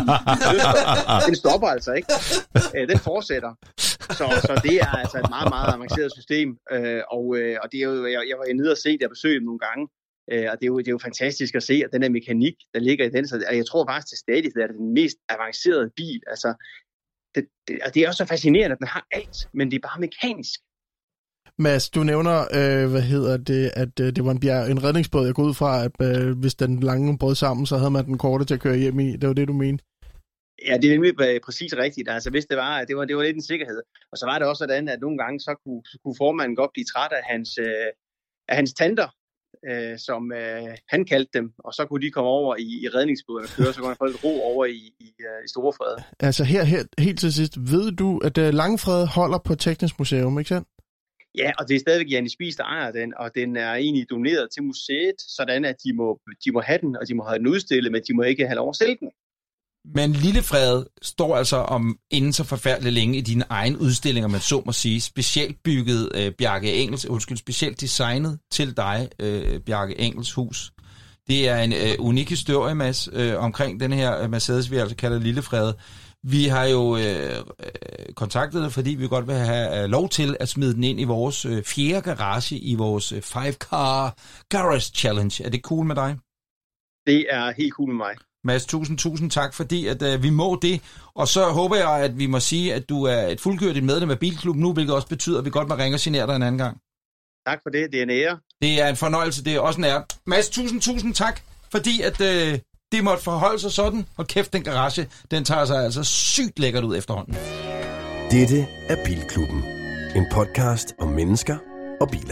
Den stopper altså ikke. Den fortsætter. Så, så det er altså et meget, meget avanceret system. Og, og det er jo, jeg, jeg var nede og se det og besøge dem nogle gange. Og det er, jo, det er jo fantastisk at se, at den her mekanik, der ligger i den, så jeg tror faktisk til stadig, det er den mest avancerede bil. Altså, det, det, og det er også så fascinerende, at den har alt, men det er bare mekanisk. Mads, du nævner, øh, hvad hedder det, at øh, det var en, bjerg, en redningsbåd, jeg går ud fra, at øh, hvis den lange brød sammen, så havde man den korte til at køre hjem i. Det var det, du mente? Ja, det er nemlig præcis rigtigt. Altså, hvis det var, det var, det var lidt en sikkerhed. Og så var det også sådan, at nogle gange, så kunne, så kunne formanden godt blive træt af hans, øh, af hans tanter, øh, som øh, han kaldte dem, og så kunne de komme over i, i redningsbåden og køre, så kunne han få lidt ro over i, i, i Storefred. Altså, her, her, helt til sidst, ved du, at uh, Langfred holder på Teknisk Museum, ikke sandt? Ja, og det er stadigvæk Janne Spies, der ejer den, og den er egentlig doneret til museet, sådan at de må, de må have den, og de må have den udstillet, men de må ikke have lov at sælge den. Men Lillefred står altså om inden så forfærdeligt længe i dine egne udstillinger, man så må sige, specielt bygget øh, Bjarke Engels, undskyld, specielt designet til dig, øh, Bjarke Engels hus. Det er en øh, unik historie, Mads, øh, omkring den her Mercedes, vi altså kalder Lillefred. Vi har jo øh, kontaktet dig, fordi vi godt vil have lov til at smide den ind i vores øh, fjerde garage i vores øh, five car Garage Challenge. Er det cool med dig? Det er helt cool med mig. Mads, tusind, tusind tak, fordi at, øh, vi må det. Og så håber jeg, at vi må sige, at du er et fuldgyldigt medlem af Bilklubben nu, hvilket også betyder, at vi godt må ringe og signere dig en anden gang. Tak for det. Det er en ære. Det er en fornøjelse. Det er også en ære. Mads, tusind, tusind tak, fordi at... Øh, det måtte forholde sig sådan, og kæft, den garage, den tager sig altså sygt lækkert ud efterhånden. Dette er Bilklubben. En podcast om mennesker og biler.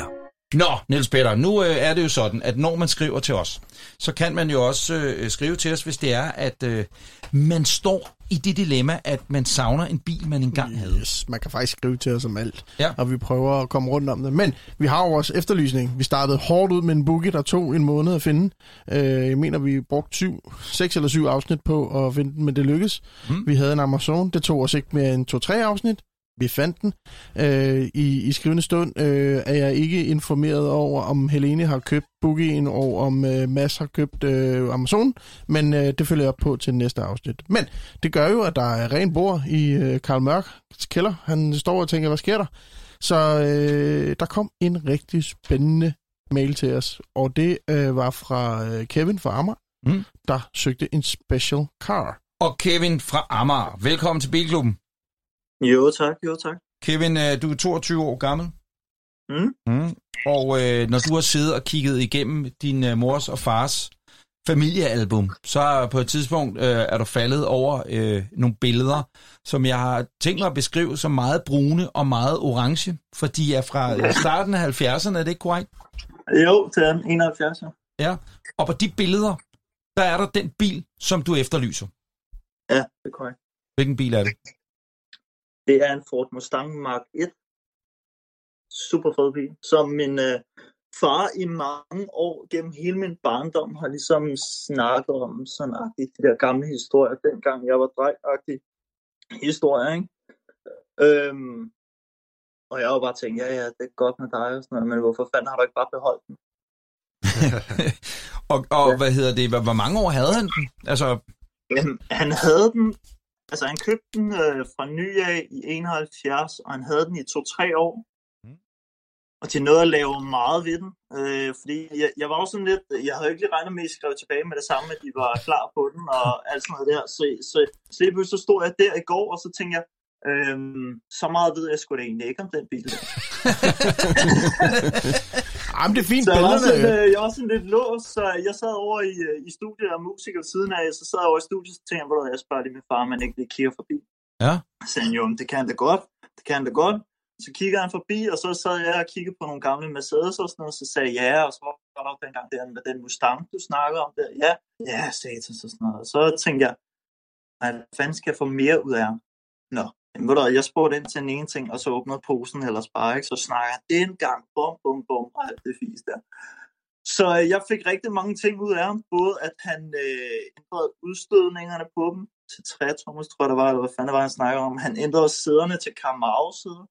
Nå, Niels Peter, nu øh, er det jo sådan, at når man skriver til os, så kan man jo også øh, skrive til os, hvis det er, at øh, man står i det dilemma, at man savner en bil, man engang havde. Yes, man kan faktisk skrive til os om alt, ja. Og vi prøver at komme rundt om det. Men vi har jo vores efterlysning. Vi startede hårdt ud med en boogie, der tog en måned at finde. Øh, jeg mener, vi brugte syv, seks eller syv afsnit på at finde den, men det lykkedes. Mm. Vi havde en Amazon, det tog os ikke mere end to-tre afsnit. Vi fandt den. Øh, i, I skrivende stund øh, er jeg ikke informeret over, om Helene har købt boogien, og om øh, Mads har købt øh, Amazon, men øh, det følger jeg op på til næste afsnit. Men det gør jo, at der er ren bord i øh, Karl Mørks kælder. Han står og tænker, hvad sker der? Så øh, der kom en rigtig spændende mail til os, og det øh, var fra øh, Kevin fra Amager, mm. der søgte en special car. Og Kevin fra Amager, velkommen til Bilklubben. Jo tak, jo tak. Kevin, du er toogtyve år gammel. Mm. Mm. Og øh, når du har siddet og kigget igennem din øh, mors og fars familiealbum, så på et tidspunkt øh, er du faldet over øh, nogle billeder, som jeg har tænkt mig at beskrive som meget brune og meget orange, for de er fra øh, starten af halvfjerdserne, er det ikke korrekt? Jo, til enoghalvfjerds. Ja, og på de billeder, der er der den bil, som du efterlyser. Ja, det er korrekt. Hvilken bil er det? Det er en Ford Mustang Mark et. Super fed bil, som min øh, far i mange år gennem hele min barndom har ligesom snakket om sådan agtigt, de der gamle historier, dengang jeg var dreng-agtig historier, ikke? Øhm, og jeg har jo bare tænkt, ja ja, det er godt med dig og sådan noget, men hvorfor fanden har du ikke bare beholdt den? og og ja. Hvad hedder det, hvor, hvor mange år havde han den? Altså... Jamen, han havde den, altså han købte den øh, fra ny af i enoghalvfjerds, og han havde den i to-tre år. Og til noget at lave meget ved den. Øh, fordi jeg, jeg var jo sådan lidt, jeg havde ikke lige regnet med, at I skrev tilbage med det samme, at de var klar på den, og alt sådan noget der. Så, så, så lige pludselig så stod jeg der i går, og så tænkte jeg, øhm, så meget ved jeg sgu da egentlig ikke om den bil. Jamen, det er fint. Så jeg var, sådan, øh, jeg var sådan lidt låst, så jeg sad over i, i studiet og musik og siden af, så sad jeg over i studiet, så tænkte jeg, hvor jeg spørger lige min far, man ikke lige kigger forbi. Ja. Så sagde han, jo, det kan det godt, det kan det godt. Så kigger han forbi, og så sad jeg og kiggede på nogle gamle Mercedes og sådan noget, og så sagde jeg, ja, og så var der dengang der med den Mustang, du snakkede om der. Ja, ja, sagde så sådan noget. Og så tænkte jeg, nej, hvad fanden skal jeg få mere ud af ham? Nå, men ved du, jeg spurgte ind til den ene ting, og så åbnede posen ellers bare, ikke? Så snakker jeg den gang, bum, bum, bum, og alt det fisk der. Så jeg fik rigtig mange ting ud af ham, både at han øh, ændrede udstødningerne på dem til tre tommer, tror jeg det var, eller hvad fanden det var, han snakker om. Han ændrede sæderne til Camaro-sæder.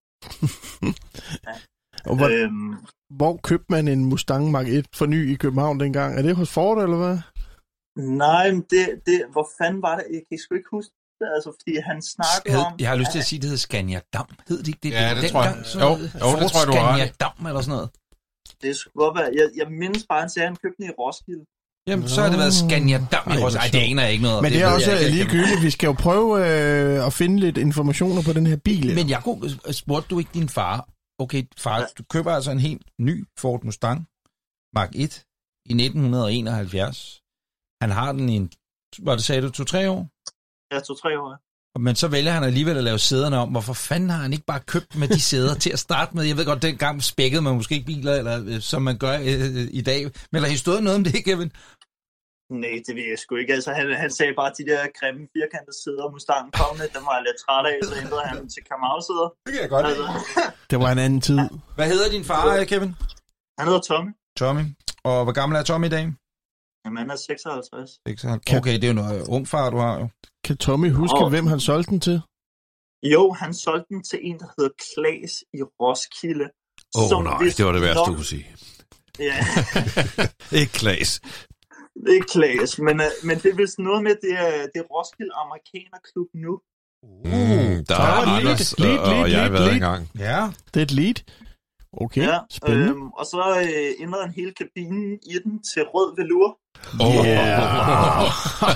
Ja. Og hvor, øhm, hvor købte man en Mustang Mark et for ny i København dengang? Er det hos Ford, eller hvad? Nej, men det, det, hvor fanden var det? Jeg kan sgu ikke huske det, altså, fordi han snakkede hed, om... Jeg har lyst til at sige, det hed Scania Dam. Hed det ikke det? Ja, det den tror jeg. Gang, jo, jo det tror jeg, du har Scania Dam eller sådan noget. Det skulle godt være... Jeg, jeg mindes bare, han sagde, at han købte den i Roskilde. Jamen, så har det været Scania Dam i Roskilde. Ej, det aner jeg ikke noget om. Men det, det er også ligegyldigt. Ikke. Vi skal jo prøve øh, at finde lidt informationer på den her bil. Men jeg kunne, spurgte du ikke din far, okay, far, du køber altså en helt ny Ford Mustang Mark et i nitten enoghalvfjerds. Han har den i en, hvad det sagde du, to-tre år? Ja, to-tre år, ja. Men så vælger han alligevel at lave sæderne om. Hvorfor fanden har han ikke bare købt med de sæder til at starte med? Jeg ved godt, dengang spækkede man måske ikke biler, eller som man gør øh, i dag. Men der har I stået noget om det, Kevin? Nej, det ved jeg sgu ikke. Altså, han, han sagde bare, at de der grimme firkantede sæder, Mustang kom med, dem var jeg lidt træt af, så ændrede han til Camaro-sæder. Det kan jeg godt altså. Det var en anden tid. Hvad hedder din far, Kevin? Han hedder Tommy. Tommy. Og hvor gammel er Tommy i dag? Jamen, han er seksoghalvtreds. seksoghalvtreds. Okay, det er jo noget ung far, du har jo. Kan Tommy huske, oh. hvem han solgte den til? Jo, han solgte den til en, der hedder Klaas i Roskilde. Åh oh, nej, det var det værste, nok... du kunne sige. Ja. Ikke Klaas. Det er ikke Klaas, men, uh, men det er vist noget med, det er, det er Roskilde Amerikanerklub nu. Mm, der er Anders, lead, og, og jeg har været engang. Ja. Det er et lead. Okay, ja, spændende. Øhm, og så øh, ændrede han hele kabinen i den til rød velour. Oh. Yeah.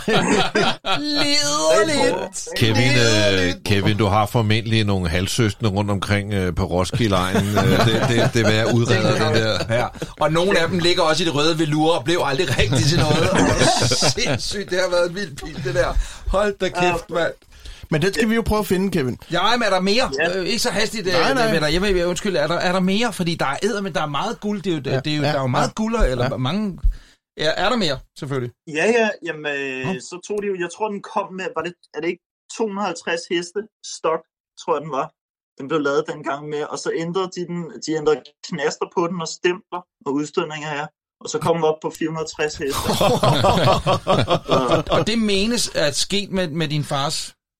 Liderligt. Kevin, øh, Kevin, du har formentlig nogle halvsøskende rundt omkring øh, på Roskilde-egnen. Øh, det, det, det vil jeg udrede den der. Ja. Og nogle af dem ligger også i det røde velour og blev aldrig rigtig til noget. Sindssygt, det har været en vild bil, det der. Hold da kæft, mand. Men det skal vi jo prøve at finde, Kevin. Ja, men er der mere? Ja. Øh, ikke så hastigt, Nej, nej, nej. nej. Jeg vil undskyld, er der, er der mere? Fordi der er æder, men der er meget guld. Det er jo, Ja, det er jo, ja, der er jo meget ja. guld, eller Ja. mange... Ja, er der mere, selvfølgelig? Ja, ja, jamen, øh, så tog de jo, jeg tror, den kom med, var det, er det ikke to hundrede og halvtreds heste stok, tror jeg, den var. Den blev lavet dengang med, og så ændrede de den, de ændrede knaster på den og stempler og udstødninger her. Og så kom den op på fire hundrede og tres heste. Og det menes at sket med, med din fars...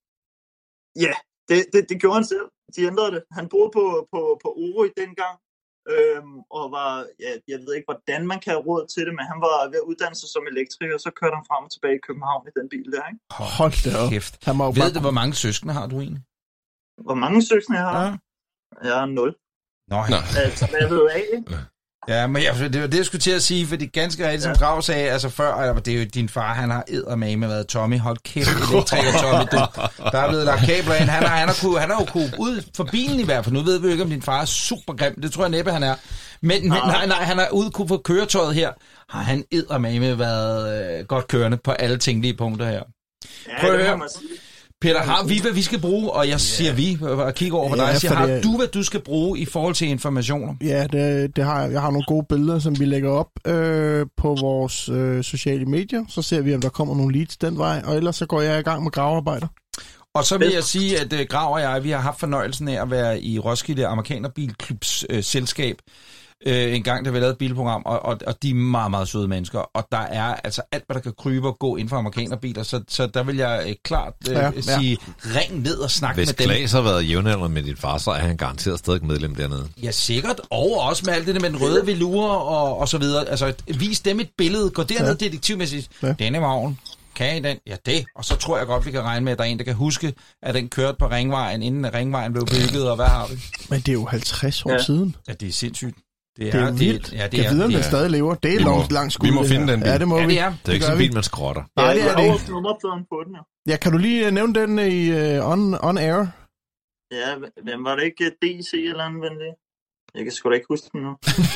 Ja, det, det, det gjorde han selv. De ændrede det. Han boede på, på, på Orø dengang, øhm, og var, ja, jeg ved ikke, hvordan man kan have råd til det, men han var ved at uddanne sig som elektriker, og så kørte han frem og tilbage i København i den bil der, ikke? Hold da op. Kæft. Han må jo Ved bare... du, hvor mange søskende har du egentlig? Hvor mange søskende jeg har? Ja. Jeg har nul. Nå, Nå. Altså, hvad jeg ved af, ikke? Ja, men jeg, det var det, jeg skulle til at sige, fordi ganske rigtigt, som Ja. Grav sagde, altså før, altså, det er jo din far, han har eddermame været Tommy, hold kæft, elektriker Tommy, du, der er blevet lagt kabler ind, han har, han har, kunne, han har jo kunne ud for bilen i hvert fald, nu ved vi jo ikke, om din far er super grim, det tror jeg næppe, han er, men, men nej, nej, han har ude kunne få køretøjet her, har han eddermame været øh, godt kørende på alle tænkelige punkter her. Ja, Prøv at det må høre. man sige. Peter, har vi, hvad vi skal bruge, og jeg siger vi, og kigger over på Ja, dig, siger, fordi- har du, hvad du skal bruge i forhold til informationer? Ja, det, det har jeg. Jeg har nogle gode billeder, som vi lægger op øh, på vores øh, sociale medier. Så ser vi, om der kommer nogle leads den vej, og ellers så går jeg i gang med gravearbejder. Og så vil jeg sige, at uh, Grav og jeg, vi har haft fornøjelsen af at være i Roskilde Amerikanerbilklubs uh, selskab uh, en gang, da vi lavede et bilprogram, og, og, og de er meget, meget søde mennesker, og der er altså alt, hvad der kan krybe og gå inden for amerikanerbiler, så, så der vil jeg uh, klart uh, Ja, ja, ja. sige, ring ned og snak Hvis med dem. Klaas har været jævnaldrende med din far, så er han garanteret stadig medlem dernede. Ja, sikkert, og også med alt det der med den røde velure og, og så videre. Altså, vis dem et billede, gå derned Ja. detektivmæssigt. Ja. Denne vogn, kan I den? Ja, det. Og så tror jeg godt, vi kan regne med, at der er en, der kan huske, at den kørte på Ringvejen, inden Ringvejen blev bygget, og hvad har vi? Men det er jo halvtreds år Ja. siden. Ja, det er sindssygt. Det er jo vildt. Ja, det Kan er, vide, om det den er, stadig lever. Det er Vi må- langt, langt skud. vi må det finde her. den bil. Ja, det må ja, vi. det er. Det er ikke gør sådan en vi. bil, man skrotter. Nej, Ja, det er jeg det har ikke. nummerpladen på den, jo. Ja, kan du lige uh, nævne den i uh, on, on air? Ja, hvem var det ikke D C eller andet, venlig? Jeg kan sgu da ikke huske den nu.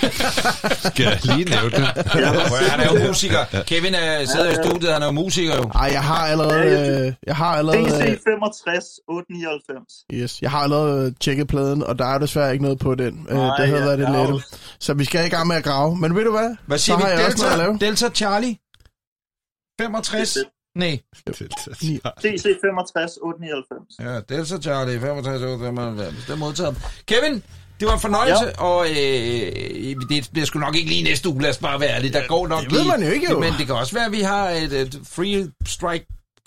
Skal jeg lige nævne det? Prøv, han er jo musiker. Kevin er, sidder i studiet, han er jo musiker jo. Ej, jeg har allerede... Uh, jeg har D allerede... C femogtres otte nioghalvfems. Yes, jeg har allerede tjekket pladen, og der er desværre ikke noget på den. Uh, Nej, det havde ja, været lidt der er let. Så vi skal i gang med at grave. Men ved du hvad? Hvad siger Så har vi? jeg også noget at Delta, lave. Delta Charlie? femogtres? Nej. D C femogtres otte nioghalvfems. Ja, Delta Charlie, femogtres, femoghalvfems. Det er modtaget. Kevin, det var en fornøjelse, ja. Og øh, det bliver sgu nok ikke lige næste uge, lad os bare være ærlige. Der går nok det ved lige, man jo ikke, jo. Men det kan også være, at vi har et, et free strike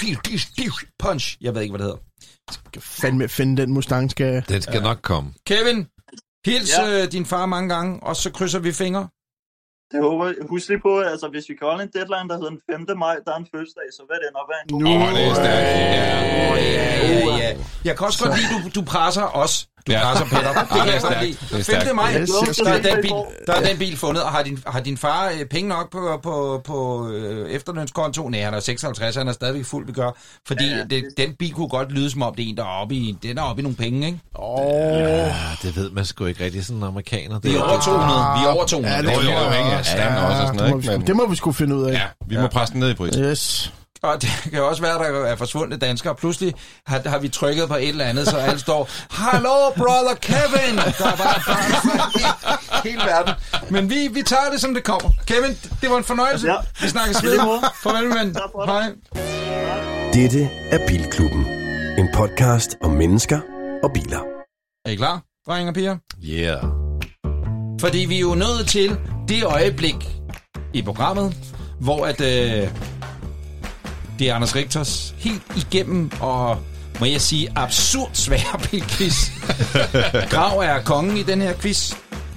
punch. Jeg ved ikke, hvad det hedder. skal fandme finde den Mustang, skal... Den skal ja. nok komme. Kevin, hils Ja. ja. øh, din far mange gange, og så krydser vi fingre. Det håber jeg. Husk lige på, altså hvis vi kan holde en deadline, der hedder den femte maj, der er en fødselsdag, så hvad er det nok være en god... Nu, Åh, det er stærkt. Åh, ja, ja, ja. Jeg kan også godt lide, at du, du presser os. Du Ja. presser Peter. Det kan jeg godt lide. Det er stærkt. femte maj, Yes, yes, der er den yes. bil, der er den bil fundet, og har din, har din far øh, penge nok på, på, på øh, efterlønskonto? Nej, han er seksoghalvtreds, han er stadigvæk fuld, vi gør. Fordi Ja, ja, det, den bil kunne godt lyde som om, det er en, der er oppe i, den er oppe i nogle penge, ikke? Ja, det ved man sgu ikke rigtig, sådan en amerikaner. Det Vi er over to hundrede. Vi er over to hundrede. Ja, Det er jo afhængigt af stand også og sådan det, må noget, vi, ikke? sgu- Men det må vi sgu finde ud af. ja, vi må presse den ned i pris. Yes. Og det kan også være, at der er forsvundne danskere. Pludselig har, har vi trykket på et eller andet, så alle står, Hallo, brother Kevin! Der er bare, bare hele verden. Men vi, vi tager det, som det kommer. Kevin, det var en fornøjelse. Ja. Vi snakkes I lige ved. måde. Farvel, ven. Tak for det. Hej. Dette er Bilklubben. En podcast om mennesker og biler. Er I klar, drenge og piger? Yeah. Fordi vi er jo nået til det øjeblik i programmet, hvor at, øh, det er Anders Richters helt igennem og, må jeg sige, absurd svære bilquiz. Grav er kongen i den her quiz.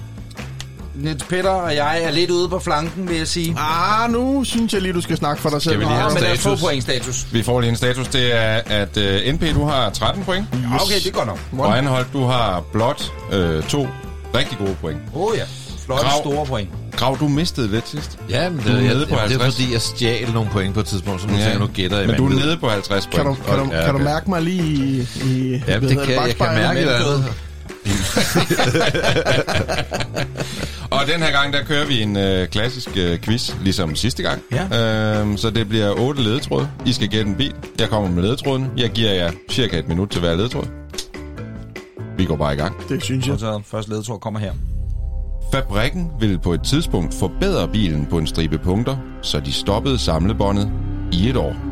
Niels Peter og jeg er lidt ude på flanken, vil jeg sige. Ah, nu synes jeg lige, du skal snakke for dig selv. vi lige Ja, have men der er status? få point status. Vi får lige en status. Det er, at uh, N P, du har tretten point. Ja, okay, det går nok. Og Anholdt, du har blot uh, to rigtig gode point. Åh oh, ja, flotte Grav. store point. Grav, du mistede lidt sidst. Ja, men det, Du er jeg, nede på jamen, det er halvtreds. fordi, jeg stjal nogle point på et tidspunkt, så nu tænker jeg, nu gætter jeg. Men du er vanvittigt. nede på halvtreds Kan point. du, kan, du, Ja, kan du okay. mærke mig lige i, i Ja, hvad det hedder kan, jeg kan bakspejlet? mærke det Men- andet. Og den her gang, der kører vi en øh, klassisk øh, quiz, ligesom sidste gang. Ja. Øhm, så det bliver otte ledetråd. I skal gætte en bil. Jeg kommer med ledetråden. Jeg giver jer cirka et minut til hver ledetråd. Vi går bare i gang. Det synes jeg. Så første ledetråd kommer her. Fabrikken ville på et tidspunkt forbedre bilen på en stribe punkter, så de stoppede samlebåndet i et år.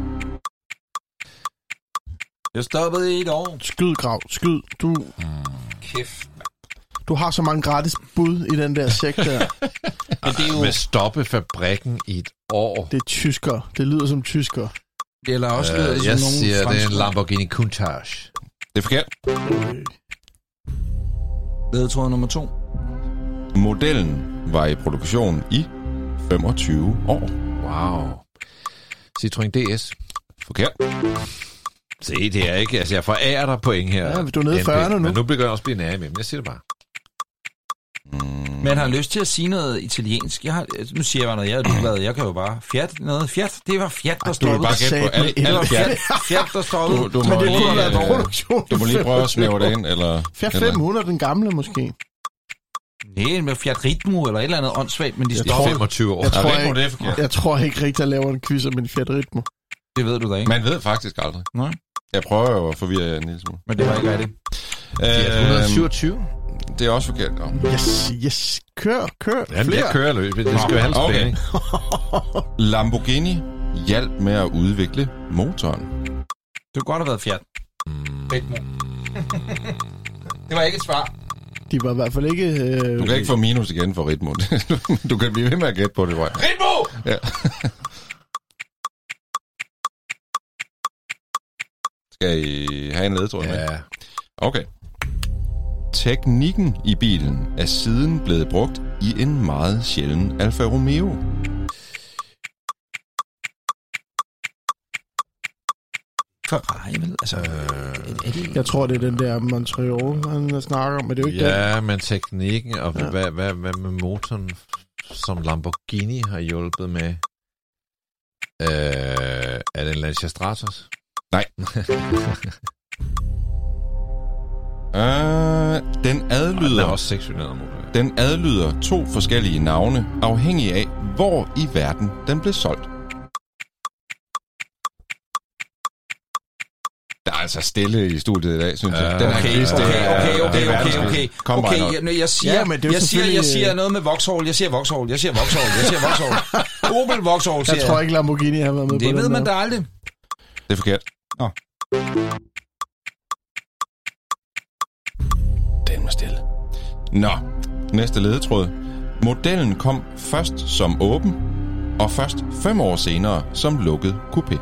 Jeg stoppede i et år. Skyd, Grav. Skyd. Du, Mm. Kæft. du har så mange gratis bud i den der sæk der. Men det er jo... Med stoppe fabrikken i et år. Det er tysker. Det lyder som tysker. Eller også lyder det Øh, som jeg nogen siger, det er en franskmænd. Lamborghini Countach. Det er forkert. Øh, Ledetråd nummer to. Modellen var i produktion i femogtyve år. Wow. Citroën D S. Forkert. Se, det er ikke... Altså, jeg forærer dig point her. Ja, du er nede i N P, fyrrerne nu. Men nu begynder jeg også at blive nær med dem. Jeg siger det bare. Mm. Men har lyst til at sige noget italiensk. Jeg har, nu siger jeg bare noget, jeg har været. Jeg kan jo bare... Fiat, noget. Fiat, det var Fiat, der Du vil stoppede. bare gætte på Satme alt. Det var alt Fiat, Fiat. Fiat, der stoppede. Du, du, Men må det kunne have været lige, øh, produktion. du må lige prøve at snævre det ind, eller... Fiat eller- fem hundrede, den gamle måske. Nej, med Fiat Ritmo eller et eller andet åndssvagt, men de I stoppede. femogtyve år. Jeg Ja, tror Ritmo, ikke- det er forkert. Jeg tror ikke rigtig, at laver en quiz om en Fiat Ritmo. Det ved du da ikke. Man ved faktisk aldrig. Nej, Jeg prøver jo at forvirre jer en lille smule. men det var ikke rigtigt. Fiat et hundrede syvogtyve. Øhm, det er også forkert. Ja. Yes, yes. Kør, kør. Jamen, Flere. jeg kører løbet. Det skal jo have en Okay. spænding. Lamborghini hjalp med at udvikle motoren. Det kunne godt have været Fiat. Ritmo. Det var ikke et svar. De var i hvert fald ikke... Øh, Du kan ikke få minus igen for Ritmo. Du kan blive ved med at gætte på det, tror jeg. Ritmo! Ja. Skal I have en ledetråd med? Ja. Okay. Teknikken i bilen er siden blevet brugt i en meget sjælden Alfa Romeo. Ferrari, vel? Altså, øh, er det... Jeg tror, det er den der Montreal, han snakker om, men det er jo ikke den. Ja, men teknikken og Ja. hvad, hvad, hvad med motoren, som Lamborghini har hjulpet med? Øh, er det en Lancia Stratos? Nej. øh, den Nej, den er adlyder, også seks-cylinder motor. den adlyder to forskellige navne, afhængig af, hvor i verden den blev solgt. Der er altså stille i studiet i dag, synes Ja. jeg. Den her Okay, quiz, det okay, er- okay, det er okay, okay, verdensklasse. okay. Kom, Okay, Reinhold. jeg, jeg siger, Ja, men det er jo jeg siger, jeg selvfølgelig- siger noget med Vauxhall. Jeg siger Vauxhall. Jeg siger Vauxhall. Jeg siger Vauxhall. Opel Vauxhall, siger Jeg tror ikke, Lamborghini har været med på Det ved den man der. da aldrig. Det er forkert. Nå. Den var stille. Nå, næste ledetråd. Modellen kom først som åben, og først fem år senere som lukket coupé.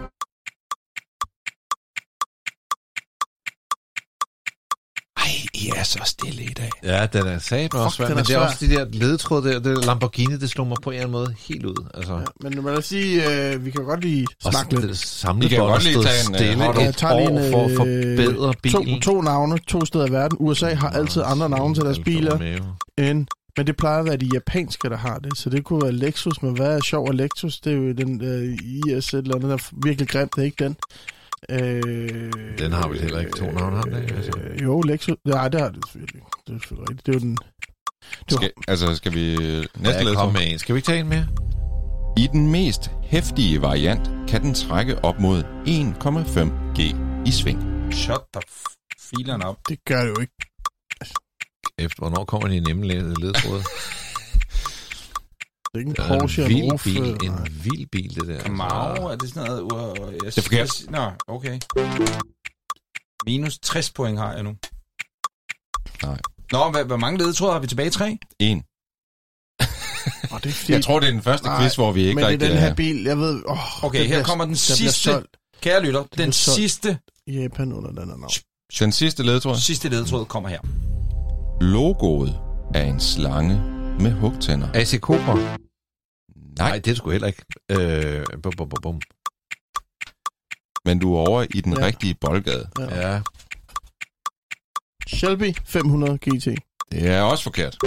Ej, I er så stille i dag. Ja, den er sat også svært, den men er det er svær. også de der ledetråd der, det Lamborghini, det slog mig på en eller anden måde helt ud. Altså, Ja, men man vil sige, øh, vi kan godt lige og snakke lidt. det samlede I kan folk godt lige stod tage en, øh, stille hotdog. Jeg et tager lige år en, for at øh, forbedre bilen. To, to navne, to steder i verden. U S A har altid andre navne til deres Alfa biler, Romeo. end, men det plejer at være de japanske, der har det. Så det kunne være Lexus, men hvad er sjov af Lexus? Det er jo den uh, I S et eller andet, der er virkelig grimt, det er ikke den. Øh, Den har vi heller ikke to navne, har den ikke? Altså. Øh, jo, Lexus. Nej, det har det selvfølgelig ikke. Det er selvfølgelig rigtigt. Det er jo den... Det var, Skal, altså, skal vi... Næste Ja, kom ledetråd. med en. Skal vi ikke tage en mere? I den mest heftige variant kan den trække op mod en komma fem G i sving. Shut the f- filerne op. det gør det jo ikke. Efter, hvornår kommer de nemme led- ledetråde? Det er ikke en Det er Porsche, en en vild Ruf, bil, øh, en nej. vild bil, det der. Camaro, er det sådan noget? Uh, jeg, Det er forkert. jeg- Nå, okay. Minus tres point har jeg nu. Nej. Nå, hvad, hvor mange ledetråde har vi tilbage? Tre? En. Og det er fordi, Jeg tror, det er den første Nej, quiz, hvor vi ikke men det rigtig er den er... her bil, jeg ved... Oh, Okay, her kommer den der bliver sidste. solgt Kære lytter, den bliver solgt. sidste, i Japan under den her navn. Den sidste ledetråd. sidste ledetråd kommer her. Logoet er en slange med hugtænder. A C Cobra? Nej, Nej, det er sgu heller ikke. Øh, bum, bum, bum, bum. men du er over i den Ja. rigtige boldgade. Ja. Ja. Shelby fem hundrede G T. Det er også forkert.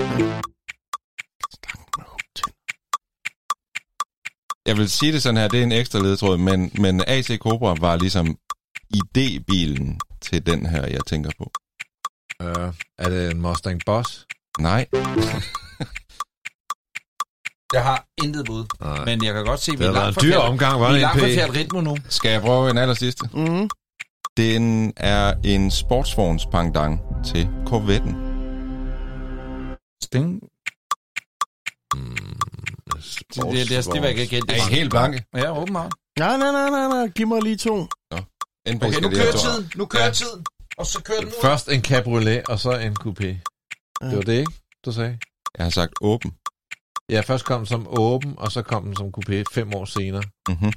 Jeg vil sige det sådan her, det er en ekstra ledetråd, men, men A C Cobra var ligesom idébilen til den her, jeg tænker på. Uh, er det en Mustang Boss? Nej. Jeg har intet bud, Nej. men jeg kan godt se, at vi Det er har langt været en dyr fra omgang, var vi er det, langt N P? fra fjert ritmo nu. Skal jeg prøve en aller sidste? Mm. Den er en sportsvogns pendant til Corvetten. Sting. Mm, Det, det, det, det var ikke igen. Er I helt blanke? Ja, åbenbart. Nej, nej, nej, nej, nej. Giv mig lige to. N P Okay, skal nu lige have kører to. tiden. Nu kører tiden. Og så kører den ud. Først en cabriolet, og så en coupé. Ja. Det var det, ikke? Du sagde? Jeg har sagt åben. Ja, først kom den som åben, og så kom den som coupé fem år senere. Mm-hmm.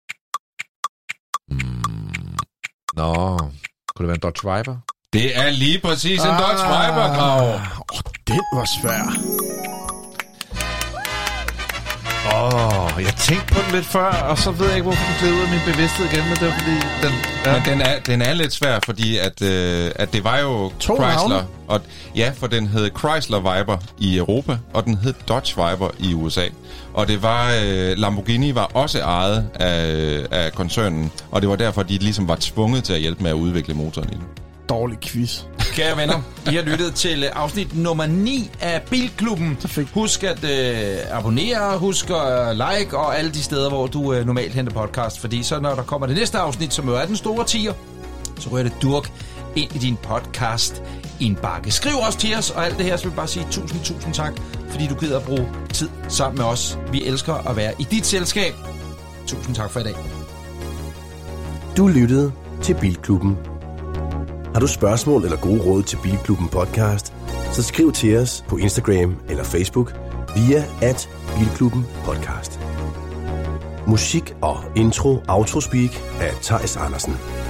Mm. Nå, kunne det være en Dodge Viper? Det er lige præcis en Dodge Viper, Grav. Åh, den var svær. Åh, oh, jeg tænkte på den lidt før, og så ved jeg ikke, hvorfor den gled ud af min bevidsthed igen, men det var fordi, den... Ja. Men den er, den er lidt svær, fordi at, øh, at det var jo To Chrysler. navne? Og, ja, for den hed Chrysler Viper i Europa, og den hed Dodge Viper i U S A. Og det var øh, Lamborghini var også ejet af, af koncernen, og det var derfor, de ligesom var tvunget til at hjælpe med at udvikle motoren i den. Dårlig quiz. Kære venner, I har lyttet til afsnit nummer ni af Bilklubben. Husk at øh, abonnere, husk at like og alle de steder, hvor du øh, normalt henter podcast. Fordi så når der kommer det næste afsnit, som jo er den store tier, så rører det durk ind i din podcast indbakke. Skriv også til os, og alt det her, så vil jeg bare sige tusind, tusind tak, fordi du gider at bruge tid sammen med os. Vi elsker at være i dit selskab. Tusind tak for i dag. Du lyttede til Bilklubben. Har du spørgsmål eller gode råd til Bilklubben podcast, så skriv til os på Instagram eller Facebook via at Bilklubben podcast. Musik og intro Autospeak af Theis Andersen.